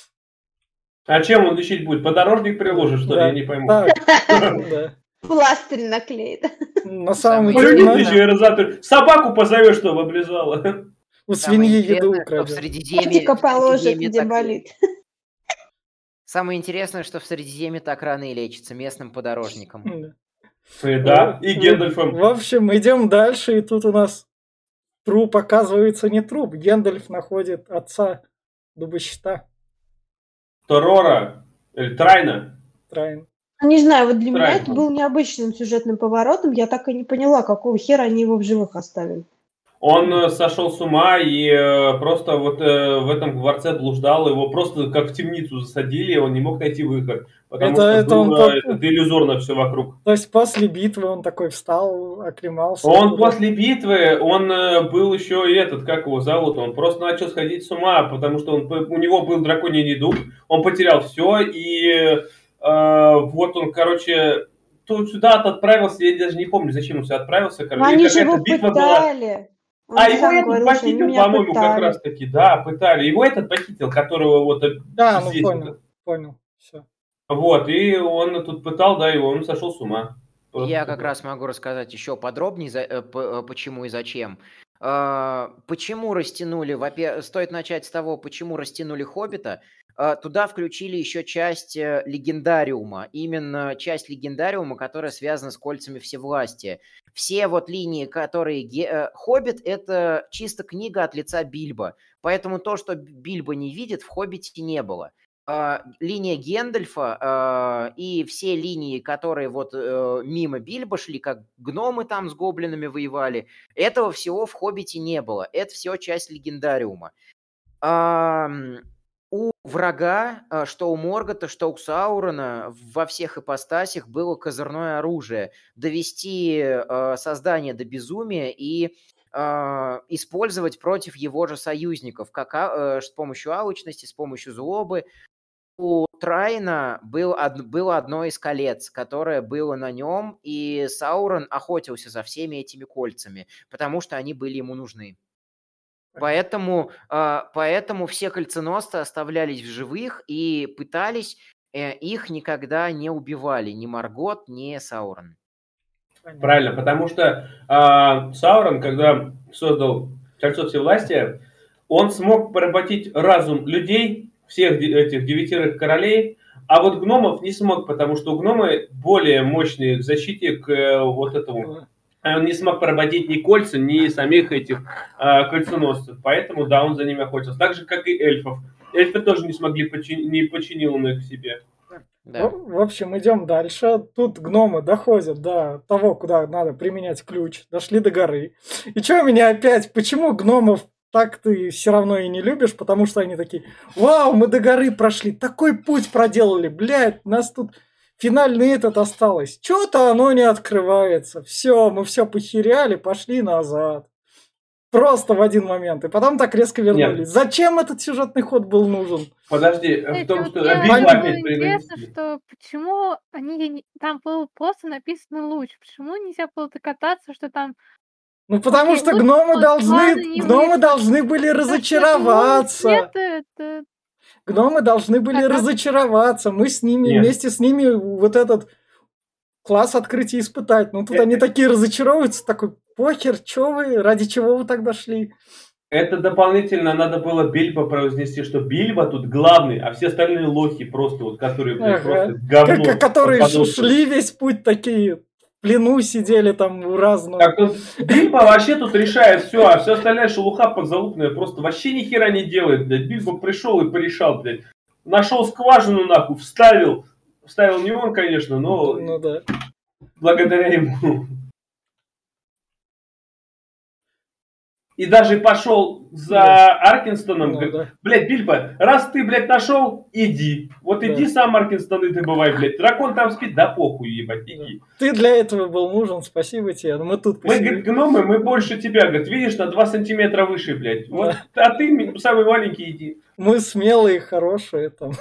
А чем он лечить будет? Подорожник приложит, что ли? Я не пойму. Да. Пластырь наклеит. На самом Полюбит деле, еще аэрозатор. Собаку позовешь, чтобы облизала. у свиньи еду что в украдет. Котика положит, где болит. Самое интересное, что в Средиземье так рано и лечится местным подорожником. Да, и Гендальфом. В общем, идем дальше, и тут у нас труп оказывается не труп. Гендальф находит отца дубощита. Торора. Или Трайна. Трайн. Не знаю, вот для меня Правильно. это был необычным сюжетным поворотом. Я так и не поняла, какого хера они его в живых оставили. Он сошел с ума и просто вот в этом дворце блуждал, его просто как в темницу засадили, он не мог найти выход, потому что было иллюзорно все вокруг. То есть после битвы он такой встал, оклемался. Он после битвы, он был еще и этот, как его зовут, он просто начал сходить с ума, потому что у него был драконий недуг, он потерял все, и вот он, короче, тут сюда-то отправился, я даже не помню, зачем он сюда отправился. Они же его пытали. Его этот похитил, по-моему, как раз таки, да, пытали. Его этот похитил, которого вот здесь. Понял, все. Вот, и он тут пытал, да, его, он сошел с ума. Я как раз могу рассказать еще подробнее, почему и зачем. Почему растянули, стоит начать с того, почему растянули «Хоббита». Туда включили еще часть легендариума, именно часть легендариума, которая связана с кольцами всевластия. Все вот линии, которые... «Хоббит» — это чисто книга от лица Бильбо, поэтому то, что Бильбо не видит, в «Хоббите» не было. Линия Гендальфа и все линии, которые вот мимо Бильбо шли, как гномы там с гоблинами воевали, этого всего в «Хоббите» не было. Это все часть легендариума. У врага, что у Моргота, что у Саурона, во всех ипостасях было козырное оружие. Довести создание до безумия и использовать против его же союзников, как с помощью алчности, с помощью злобы. У Трайна было одно из колец, которое было на нем, и Саурон охотился за всеми этими кольцами, потому что они были ему нужны. Поэтому все кольценосцы оставлялись в живых и пытались, их никогда не убивали, ни Моргот, ни Саурон. Правильно, потому что Саурон, когда создал Кольцо Всевластия, он смог поработить разум людей, всех этих 9 королей, а вот гномов не смог, потому что гномы более мощные в защите к вот этому он не смог поработить ни кольца, ни самих этих кольценосцев. Поэтому, да, он за ними охотился. Так же, как и эльфов. Эльфы тоже не смогли, не починил он их себе. Да. В общем, идем дальше. Тут гномы доходят до того, куда надо применять ключ. Дошли до горы. И что меня опять? Почему гномов так ты все равно и не любишь? Потому что они такие: вау, мы до горы прошли, такой путь проделали, блядь, нас тут финальный этот осталось. Что-то оно не открывается. Все, мы все похеряли, пошли назад. Просто в один момент. И потом так резко вернулись. Нет. Зачем этот сюжетный ход был нужен? Подожди, в Знаете, том, вот что мне битву было опять интересно, перенесли. что почему там было просто написано луч. Почему нельзя было докататься, что там Ну, потому окей, что луч гномы вот, ладно, не вышло. должны были То, что это луч, разочароваться. нет, это Гномы должны были как? разочароваться. Мы с ними, Нет. вместе с ними вот этот класс открытия испытать. Ну, тут они такие разочаровываются, такой: похер, чё вы, ради чего вы так дошли? Это дополнительно надо было Бильбо произнести, что Бильбо тут главный, а все остальные лохи просто, вот, которые, блядь, просто говно. Которые подонки. шли весь путь такие, в плену сидели там у разного. Так тут Бильбо вообще тут решает все, а все остальная шелуха подзалупная просто вообще ни хера не делает, блядь. Бильбо пришел и порешал, блядь. Нашел скважину, нахуй, вставил. Вставил не он, конечно, но Ну да. благодаря ему. И даже пошел за Аркинстоном, Ну говорит: да. блядь, Бильбо, раз ты, блядь, нашел, иди. Вот Да. иди сам Аркинстон и добывай, блядь. Дракон там спит, да похуй, ебать, иди. Ты для этого был нужен, спасибо тебе. Мы тут Мы, говорит, гномы, мы больше тебя, говорит, видишь, на 2 сантиметра выше, блядь. Вот, а ты самый маленький, иди. Мы смелые, хорошие там.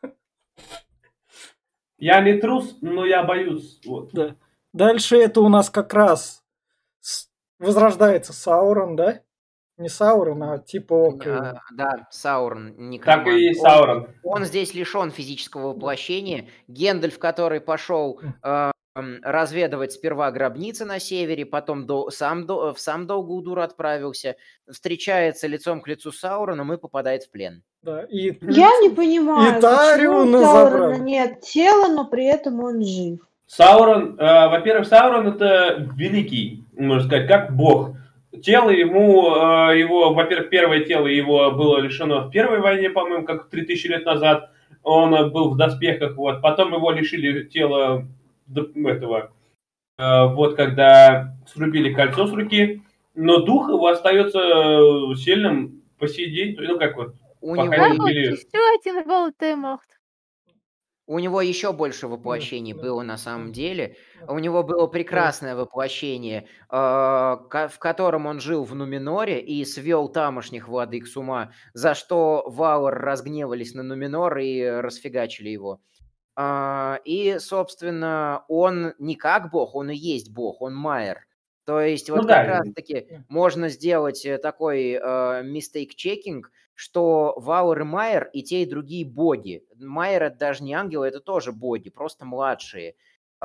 Я не трус, но я боюсь. Вот. Да. Дальше это у нас как раз возрождается Саурон, да? Не Саурон, а типа Ока. Да, Саурон, Так некромант. и есть Саурон. Он здесь лишен физического воплощения. Гендальф, который пошел разведывать сперва гробницы на севере, потом в сам Долгоудур отправился, встречается лицом к лицу с Сауроном и попадает в плен. Да, и Я не понимаю, почему у Саурона нет тела, но при этом он жив. Саурон, во-первых, Саурон это великий, можно сказать, как бог. Тело ему, его, во-первых, первое тело его было лишено в Первой войне, по-моему, как 3000 лет назад. Он был в доспехах, вот. Потом его лишили тела этого, вот когда срубили кольцо с руки. Но дух его остается сильным по сей день. Ну как вот, У пока не него убили. еще один Волдеморт. У него еще больше воплощений было на самом деле. У него было прекрасное воплощение, в котором он жил в Нуменоре и свел тамошних владык с ума, за что Валар разгневались на Нуменор и расфигачили его. И, собственно, он не как бог, он и есть бог, он Майер. То есть вот как раз-таки можно сделать такой mistake-checking, что Валар и Майер и те, и другие боги. Майер — это даже не ангелы, это тоже боги, просто младшие.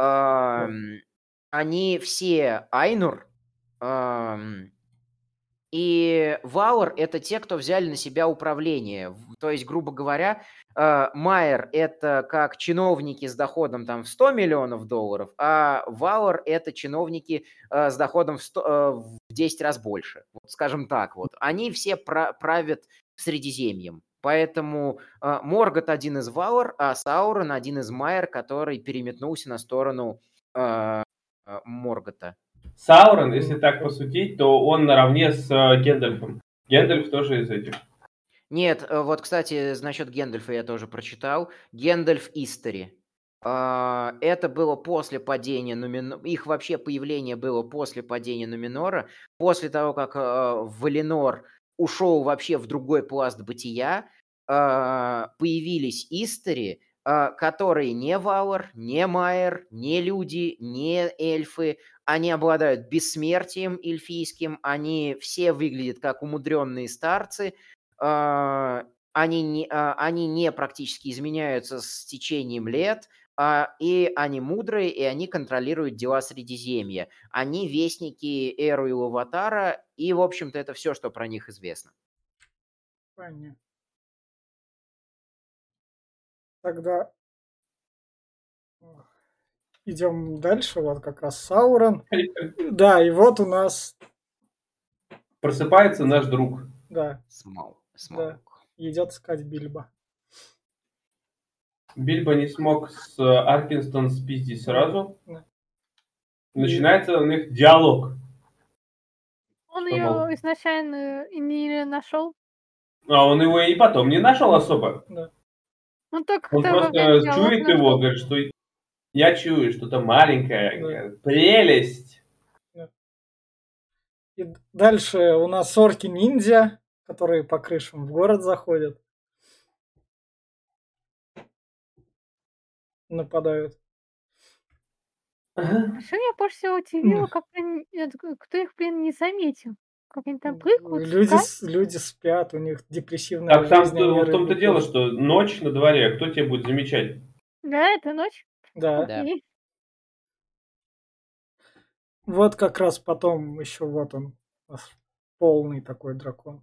Они все Айнур, и Валар — это те, кто взяли на себя управление. То есть, грубо говоря, Майер — это как чиновники с доходом там, в 100 миллионов долларов, а Валар — это чиновники с доходом в 10 раз больше. Вот, скажем так. Вот. Они все правят Средиземьем. Поэтому Моргот один из Валар, а Саурон один из Майер, который переметнулся на сторону Моргота. Саурон, если так посудить, то он наравне с Гендальфом. Гендальф тоже из этих. Нет, вот, кстати, насчет Гендальфа я тоже прочитал. Гендальф Истори. Это было после падения Нуменора. Их вообще появление было после падения Нуменора. После того, как Валинор ушел вообще в другой пласт бытия, появились Истори, которые не Валар, не Майер, не люди, не эльфы. Они обладают бессмертием эльфийским. Они все выглядят как умудренные старцы. Они не практически изменяются с течением лет, и они мудрые, и они контролируют дела Средиземья. Они вестники Эру и Луватара, и, в общем-то, это все, что про них известно. Понятно. Тогда идем дальше, вот как раз Саурон. Да, и вот у нас... Просыпается наш друг. Да. Смауг. Да. Идет искать Бильбо. Бильбо не смог с Аркинстон спиздить сразу. Да. Начинается у них диалог. Он Что, ее мол? изначально и не нашел. А он его и потом не нашел особо. Да. Он только Он когда во просто время диалога чует его, нашел. говорит, что я чую что-то маленькое, Да. говорит, прелесть. И дальше у нас орки-ниндзя, которые по крышам в город заходят. Нападают. Ага. А что меня больше всего удивило, как кто их, блин, не заметил. Как они там прыгают, скачут. Люди спят, у них депрессивная Так там жизнь. они в том-то рыбу дело, кушают. что ночь на дворе, кто тебя будет замечать? Да, это ночь. Да. Окей. Вот как раз потом еще вот он. У нас полный такой дракон.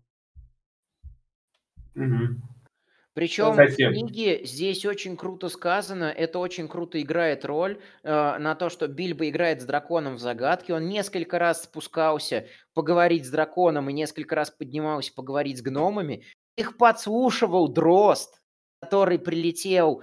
Угу. Причем в Затем. книге здесь очень круто сказано, это очень круто играет роль на то, что Бильбо играет с драконом в загадке. Он несколько раз спускался поговорить с драконом и несколько раз поднимался поговорить с гномами. Их подслушивал Дрозд, который прилетел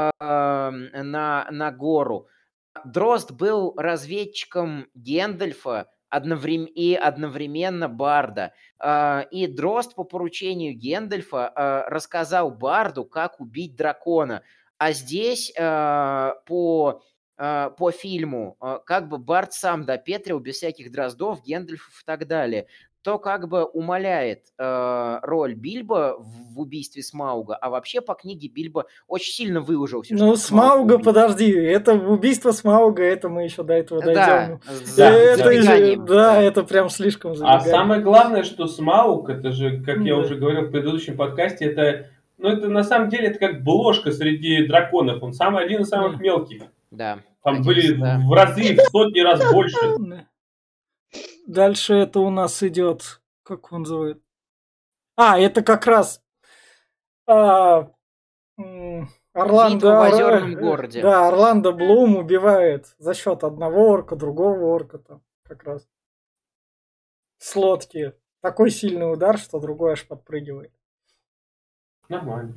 на гору. Дрозд был разведчиком Гендальфа и одновременно Барда. И Дрозд по поручению Гендальфа рассказал Барду, как убить дракона. А здесь по фильму как бы Бард сам допетрил без всяких Дроздов, Гендальфов и так далее. То как бы умаляет роль Бильбо в убийстве Смауга, а вообще по книге Бильбо очень сильно выложился. Ну, Смауга, подожди, это убийство Смауга, это мы еще до этого дойдем. Это прям слишком забегание. А самое главное, что Смауг, это же, как я уже говорил в предыдущем подкасте, это на самом деле это как блошка среди драконов, он один из самых мелких. Да. Там были в разы, в сотни раз больше. Дальше это у нас идет, как он называет? Это как раз Орландо в озерном городе. Да, Орландо Блум убивает за счет одного орка, другого орка там как раз. С лодки. Такой сильный удар, что другой аж подпрыгивает. Нормально.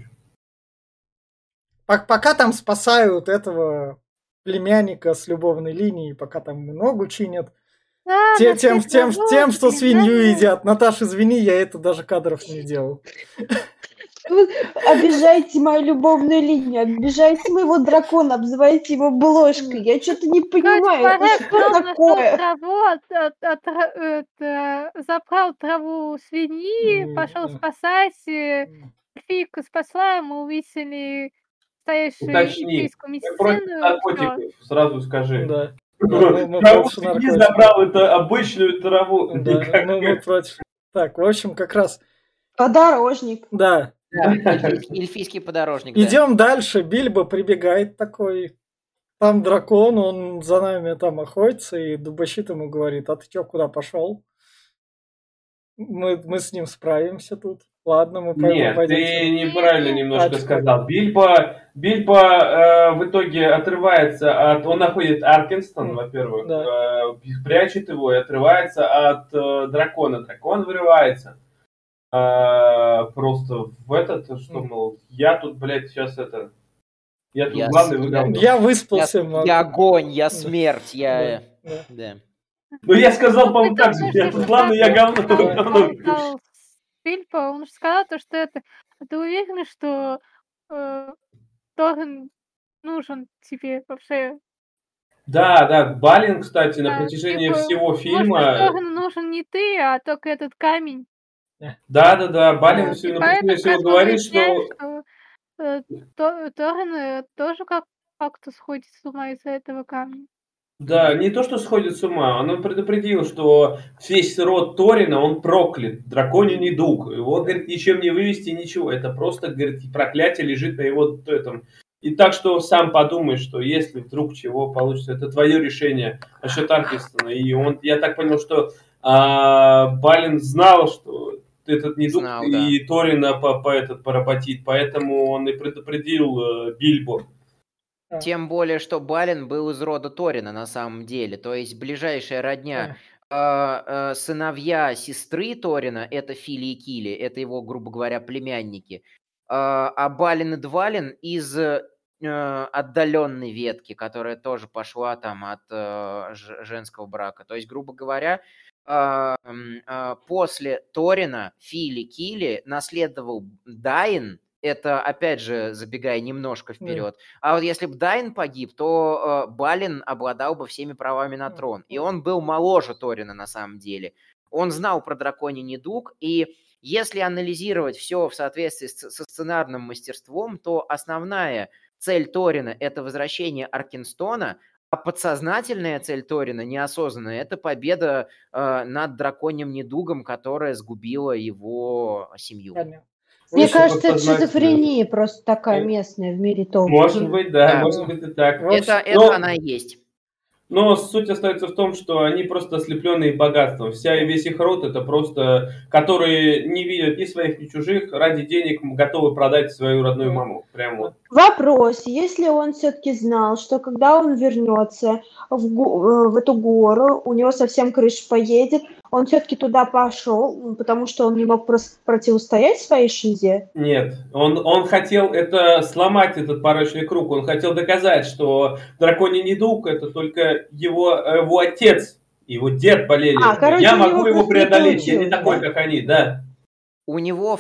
Пока там спасают этого племянника с любовной линией, пока там ногу чинят. Тем, что свинью едят. Наташа, извини, я это даже кадров не делал. Вы обижаете мою любовную линию, обижаете моего дракона, обзываете его блошкой. Я что-то не понимаю, это что такое? Забрал траву свиньи, пошел спасать. Эльфийка спасла, мы увидели стоящую эльфийскую медицину. Наркотиков, сразу скажи. Да. Траву свиньи забрал, это обычную траву. Да, мы против. Так, в общем, как раз... Подорожник. Да. Эльфийский подорожник. Идем дальше. Бильбо прибегает такой. Там дракон, он за нами там охотится, и дубощит ему говорит: а ты чё, куда пошел? Мы с ним справимся тут. Ладно, мы пойдем. Нет, ты неправильно немножко сказал. Бильбо в итоге отрывается от... Он находит Аркинстон, во-первых, прячет его и отрывается от дракона. Дракон вырывается. Просто что, мол, я тут, блядь, сейчас это... Я тут главный, вы говно. Я выспался. Я огонь, я смерть, я... Да. Ну, я сказал, по-моему, так же. Я тут главный, я говно. Бильбо, он же сказал, что это... Ты уверен, что Торн нужен тебе вообще? Да, Балин, кстати, на протяжении всего фильма... Может, Торн нужен не ты, а только этот камень. Да, Балин на протяжении всего говорит, что... Торн тоже как-то сходит с ума из-за этого камня. Да, не то, что сходит с ума, он предупредил, что весь род Торина, он проклят, драконий недуг. Его, говорит, ничем не вывести, ничего. Это просто, говорит, проклятие лежит на его этом. И так что сам подумай, что если вдруг чего получится, это твое решение насчет Аркинстона. И я так понял, что Балин знал, что этот недуг и Торина поработит, поэтому он и предупредил Бильбо. Тем более, что Балин был из рода Торина на самом деле. То есть ближайшая родня. Сыновья сестры Торина — это Фили и Кили, это его, грубо говоря, племянники. А Балин и Двалин из отдаленной ветки, которая тоже пошла там от женского брака. То есть, грубо говоря, после Торина Фили Кили наследовал Дайн. Это, опять же, забегая немножко вперед. А вот если бы Дайн погиб, то Балин обладал бы всеми правами на трон. И он был моложе Торина на самом деле. Он знал про драконий недуг, и если анализировать все в соответствии со сценарным мастерством, то основная цель Торина — это возвращение Аркенстона, а подсознательная цель Торина, неосознанная, это победа над драконьим недугом, которая сгубила его семью. Понятно. Мне кажется, это шизофрения просто такая местная в мире Толкина. Может быть, да, может быть и так. Это она и есть. Но суть остается в том, что они просто ослепленные богатством. Весь их род — это просто, которые не видят ни своих, ни чужих, ради денег готовы продать свою родную маму. Прям вот. Вопрос, если он все-таки знал, что когда он вернется в эту гору, у него совсем крыша поедет, он все-таки туда пошел, потому что он не мог просто противостоять своей шизе? Нет, он хотел сломать этот порочный круг, он хотел доказать, что драконий недуг — это только его отец, его дед болели. Я могу его преодолеть, я не такой, как они, да. У него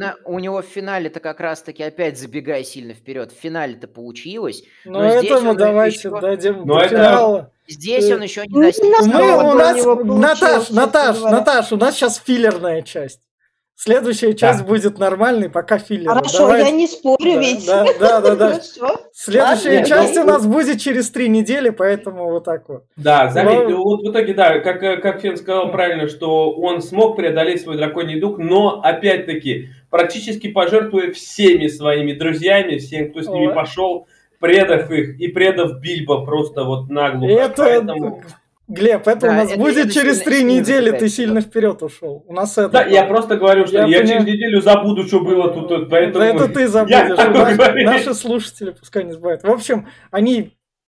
в финале-то как раз-таки, опять забегая сильно вперед, в финале-то получилось. Но этому давайте дадим до финала. Здесь он еще не достиг. Наташ, у нас сейчас филлерная часть. Следующая часть будет нормальной, пока филлер. Хорошо, я не спорю, ведь. Да. Следующая часть у нас будет через 3 недели, поэтому вот так вот. Да, заметьте, вот в итоге, да, как Фен сказал правильно, что он смог преодолеть свой драконий недуг, но, опять-таки, практически пожертвуя всеми своими друзьями, всем, кто с ними пошел, предав их и предав Бильбо просто вот наглухо. Поэтому... Глеб, это у нас будет через 3 недели, ты сильно вперед ушел. У нас это... Да, я просто говорю, что я через неделю забуду, что было тут, поэтому... Это ты забудешь, наши слушатели пускай не забывают. В общем, они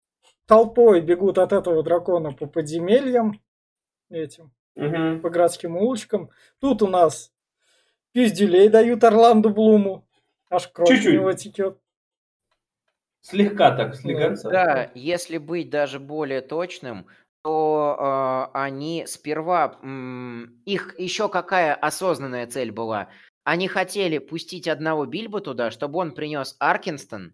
толпой бегут от этого дракона по подземельям, по городским улочкам. Тут у нас пиздюлей дают Орланду Блуму, аж кровь у него текет. Слегка так, слегонца. Да, если быть даже более точным, то они сперва... их еще какая осознанная цель была? Они хотели пустить одного Бильбо туда, чтобы он принес Аркенстон.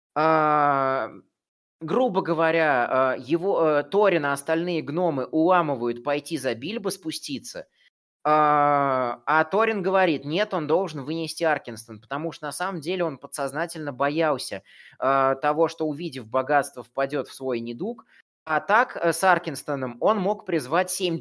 Грубо говоря, его Торин и остальные гномы уламывают пойти за Бильбо спуститься. А Торин говорит, нет, он должен вынести Аркенстон, потому что на самом деле он подсознательно боялся того, что, увидев богатство, впадет в свой недуг. А так с Аркенстоном он мог призвать 7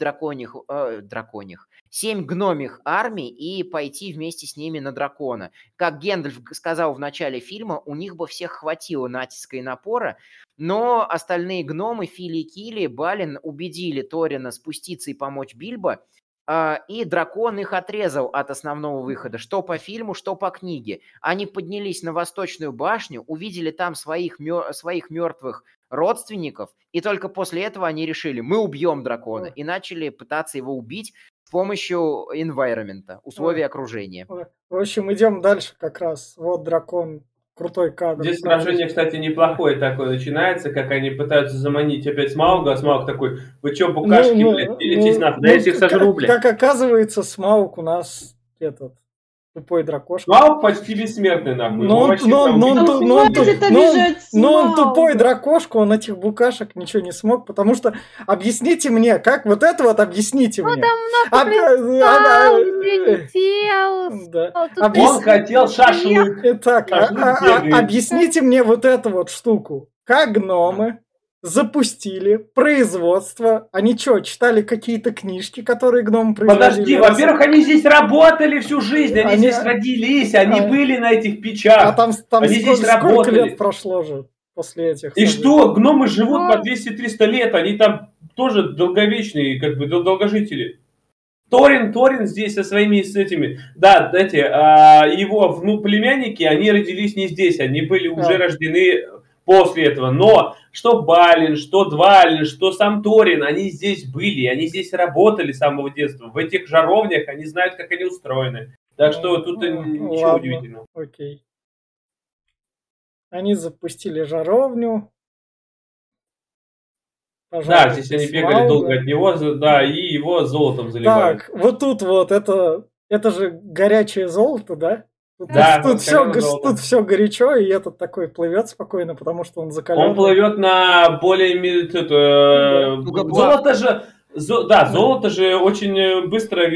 гномих армий и пойти вместе с ними на дракона. Как Гэндальф сказал в начале фильма, у них бы всех хватило натиска и напора, но остальные гномы, Фили и Кили, Балин убедили Торина спуститься и помочь Бильбо, и дракон их отрезал от основного выхода, что по фильму, что по книге. Они поднялись на Восточную башню, увидели там своих мертвых родственников, и только после этого они решили, мы убьем дракона, и начали пытаться его убить с помощью environment, условий окружения. В общем, идем дальше как раз. Вот дракон, крутой кадр. Здесь сражение, кстати, неплохое такое начинается, как они пытаются заманить опять Смауга, а Смауг такой, вы чё, букашки, блядь, делитесь нахуй, да я всех сожру, блядь. Как оказывается, Смауг у нас тупой дракошка. Смауг почти бессмертный, нахуй. Но он тупой дракошка, он этих букашек ничего не смог, потому что объясните мне, как вот это вот объясните мне. Он хотел шашлык. Так, объясните мне вот эту вот штуку. Как гномы запустили производство. Они что, читали какие-то книжки, которые гномы производили? Подожди, во-первых, они здесь работали всю жизнь, они здесь родились, они были на этих печах. А там они здесь сколько лет прошло же после этих? И что, гномы живут по 200-300 лет, они там тоже долговечные, как бы долгожители. Торин здесь со своими этими, да, его племянники, они родились не здесь, они были уже рождены после этого. Но что Балин, что Двалин, что сам Торин, они здесь были, они здесь работали с самого детства. В этих жаровнях они знают, как они устроены. Так что тут ничего Ладно, удивительного. окей. Они запустили жаровню. Да, пожарили здесь они бегали долго Смауга. от него, да, и его золотом заливают. Так, вот тут вот это же горячее золото, да? Тут, Да, тут, все, раскаленное золото. тут все горячо, и этот такой плывет спокойно, потому что он закаленный. Он плывет на более... Золото же... Да, золото же очень быстро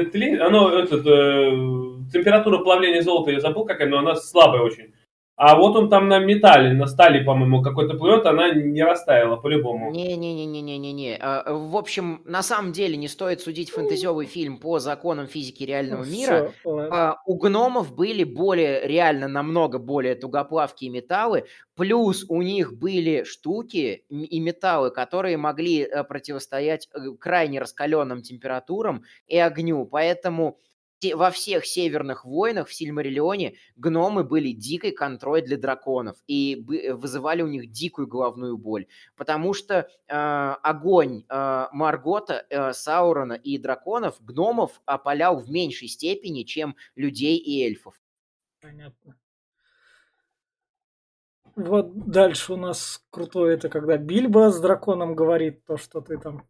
температура плавления золота, я забыл какая, но она слабая очень. А вот он там на металле, на стали, по-моему, какой-то плывет, она не растаяла по-любому. Не-не-не-не-не-не. В общем, на самом деле не стоит судить фэнтезиовый фильм по законам физики реального мира. Всё, ладно. У гномов были намного более тугоплавкие металлы, плюс у них были штуки и металлы, которые могли противостоять крайне раскаленным температурам и огню. Поэтому во всех северных войнах в Сильмариллионе гномы были дикой контрой для драконов и вызывали у них дикую головную боль, потому что огонь Маргота, Саурона и драконов гномов опалял в меньшей степени, чем людей и эльфов. Понятно. Вот дальше у нас крутое, это когда Бильбо с драконом говорит то, что ты там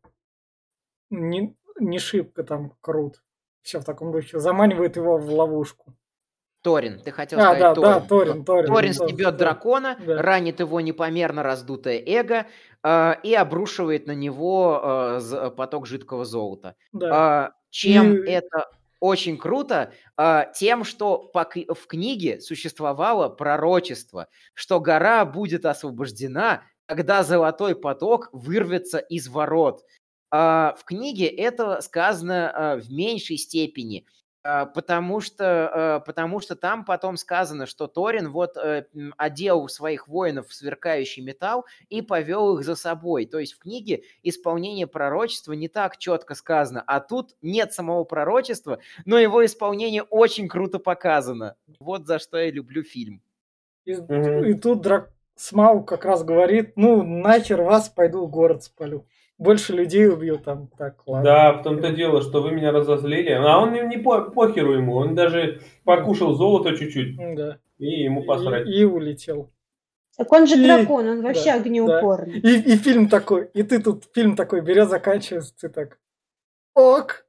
не шибко там крут. Все в таком духе. Заманивает его в ловушку. Торин, ты хотел сказать Торин. Да, Торин. Торин стебет дракона, да. ранит его непомерно раздутое эго и обрушивает на него поток жидкого золота. Да. Чем это очень круто? Тем, что в книге существовало пророчество, что гора будет освобождена, когда золотой поток вырвется из ворот. В книге это сказано в меньшей степени, потому что там потом сказано, что Торин одел своих воинов в сверкающий металл и повел их за собой. То есть в книге исполнение пророчества не так четко сказано, а тут нет самого пророчества, но его исполнение очень круто показано. Вот за что я люблю фильм. И тут Смауг как раз говорит, нахер вас, пойду в город спалю. Больше людей убью там, так, ладно. Да, в том-то дело, что вы меня разозлили. А он не похеру ему, он даже покушал золото чуть-чуть. Да. И ему посрать. И улетел. Так он же дракон, он вообще огнеупорный. Да. И фильм такой, и ты тут фильм такой берет, заканчивается, ты так, ок.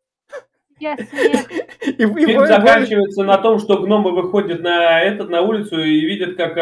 Фильм заканчивается на том, что гномы выходят на улицу и видят, как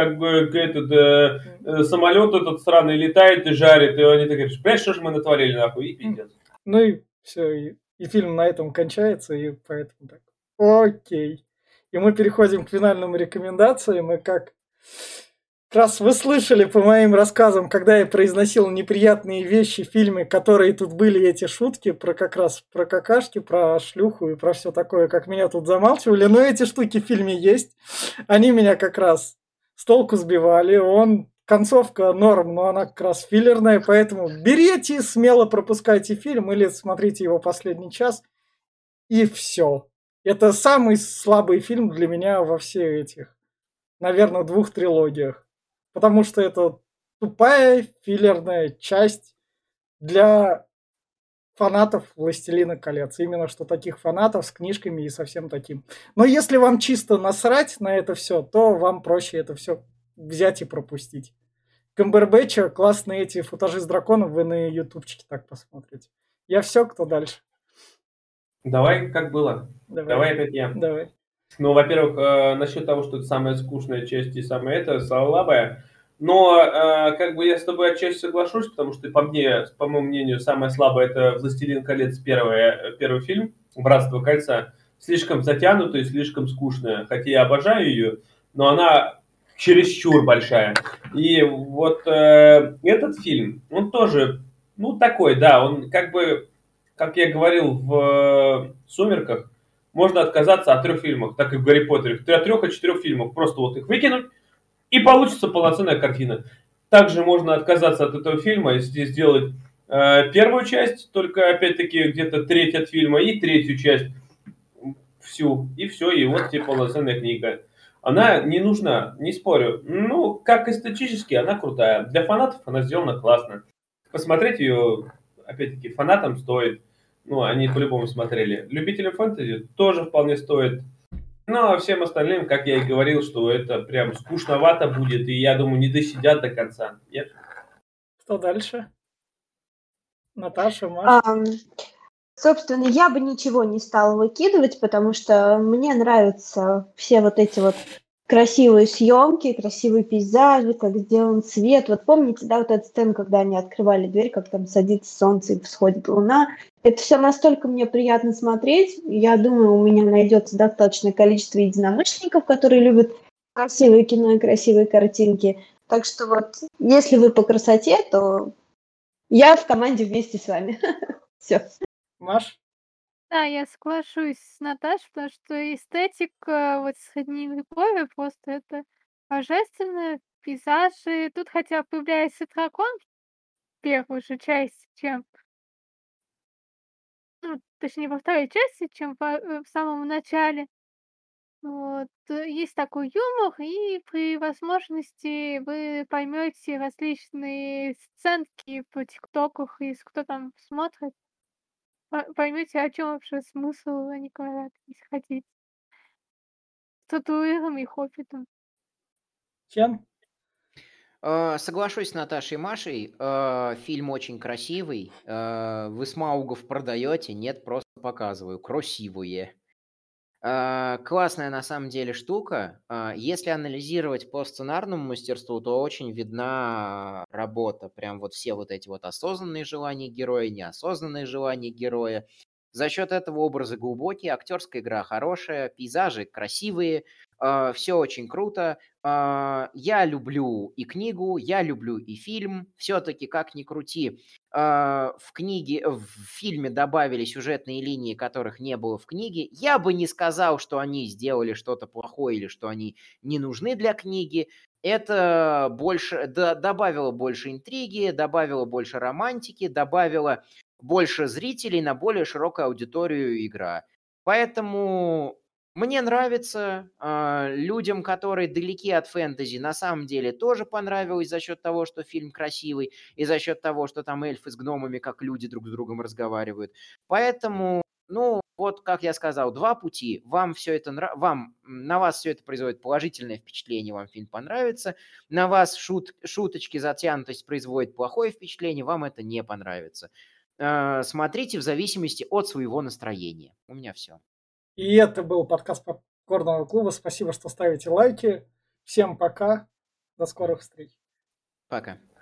самолет этот сраный летает и жарит, и они так говорят, блядь, что ж мы натворили нахуй, и пиздец. Ну и все, и фильм на этом кончается, и поэтому так, окей. И мы переходим к финальным рекомендациям, и как раз вы слышали по моим рассказам, когда я произносил неприятные вещи в фильме, которые тут были, эти шутки про как раз про какашки, про шлюху и про все такое, как меня тут замалчивали. Но эти штуки в фильме есть. Они меня как раз с толку сбивали. Концовка норм, но она как раз филлерная, поэтому берите, смело пропускайте фильм или смотрите его последний час, и все. Это самый слабый фильм для меня во всех этих, наверное, 2 трилогиях. Потому что это тупая филлерная часть для фанатов «Властелина колец». Именно что таких фанатов с книжками и со всем таким. Но если вам чисто насрать на это все, то вам проще это все взять и пропустить. Камбербэтча, классные эти футажи с драконом, вы на ютубчике так посмотрите. Я все, кто дальше? Давай, как было. Давай опять я. Давай. Ну, во-первых, насчет того, что это самая скучная часть и самая слабая. Но как бы я с тобой отчасти соглашусь, потому что по моему мнению, самое слабое это «Властелин колец» первый фильм «Братство кольца». Слишком затянутая, слишком скучная. Хотя я обожаю ее, но она чересчур большая. И вот этот фильм, он тоже, такой, да, он как бы, как я говорил в «Сумерках», можно отказаться от 3 фильмов, так и в «Гарри Поттере». От 3-4 фильмов. Просто вот их выкинуть, и получится полноценная картина. Также можно отказаться от этого фильма, если сделать первую часть, только опять-таки где-то треть от фильма, и третью часть всю. И все, и вот тебе полноценная книга. Она не нужна, не спорю. Ну, как эстетически, она крутая. Для фанатов она сделана классно. Посмотреть ее, опять-таки, фанатам стоит. Ну, они по-любому смотрели. Любителям фэнтези тоже вполне стоит. Ну, а всем остальным, как я и говорил, что это прям скучновато будет, и я думаю, не досидят до конца. Нет? Что дальше? Наташа, Маша? Собственно, я бы ничего не стала выкидывать, потому что мне нравятся все вот эти вот красивые съемки, красивые пейзажи, как сделан свет. Вот помните, да, вот эту сцену, когда они открывали дверь, как там садится солнце и всходит луна. Это все настолько мне приятно смотреть. Я думаю, у меня найдется достаточное количество единомышленников, которые любят красивое кино и красивые картинки. Так что вот, если вы по красоте, то я в команде вместе с вами. Все. Маш? Да, я соглашусь с Наташей, потому что эстетика вот средневековья просто это божественно, пейзажи. Тут хотя появляется дракон в первой же части, чем, ну, точнее, во второй части, чем в самом начале. Вот. Есть такой юмор, и при возможности вы поймете различные сценки по тиктоках, если кто там смотрит, поймете, о чем вообще смысл они говорят, если хотите. С татуировками и хоббитом. Кен? Соглашусь с Наташей и Машей. Фильм очень красивый. Вы смаугов продаете? Нет, просто показываю. Красивые. Классная на самом деле штука. Если анализировать по сценарному мастерству, то очень видна работа. Прям вот все вот эти вот осознанные желания героя, неосознанные желания героя. За счет этого образы глубокие, актерская игра хорошая, пейзажи красивые, все очень круто. Я люблю и книгу, я люблю и фильм. Все-таки, как ни крути, в фильме добавили сюжетные линии, которых не было в книге. Я бы не сказал, что они сделали что-то плохое или что они не нужны для книги. Это больше добавило больше интриги, добавило больше романтики, добавило больше зрителей на более широкую аудиторию игра. Поэтому мне нравится. Людям, которые далеки от фэнтези, на самом деле тоже понравилось за счет того, что фильм красивый, и за счет того, что там эльфы с гномами, как люди, друг с другом разговаривают. Поэтому, ну, вот, как я сказал, два пути. Вам все это на вас все это производит положительное впечатление, вам фильм понравится. На вас шуточки, затянутость производит плохое впечатление, вам это не понравится. Смотрите в зависимости от своего настроения. У меня все. И это был подкаст Попкорного клуба. Спасибо, что ставите лайки. Всем пока. До скорых встреч. Пока.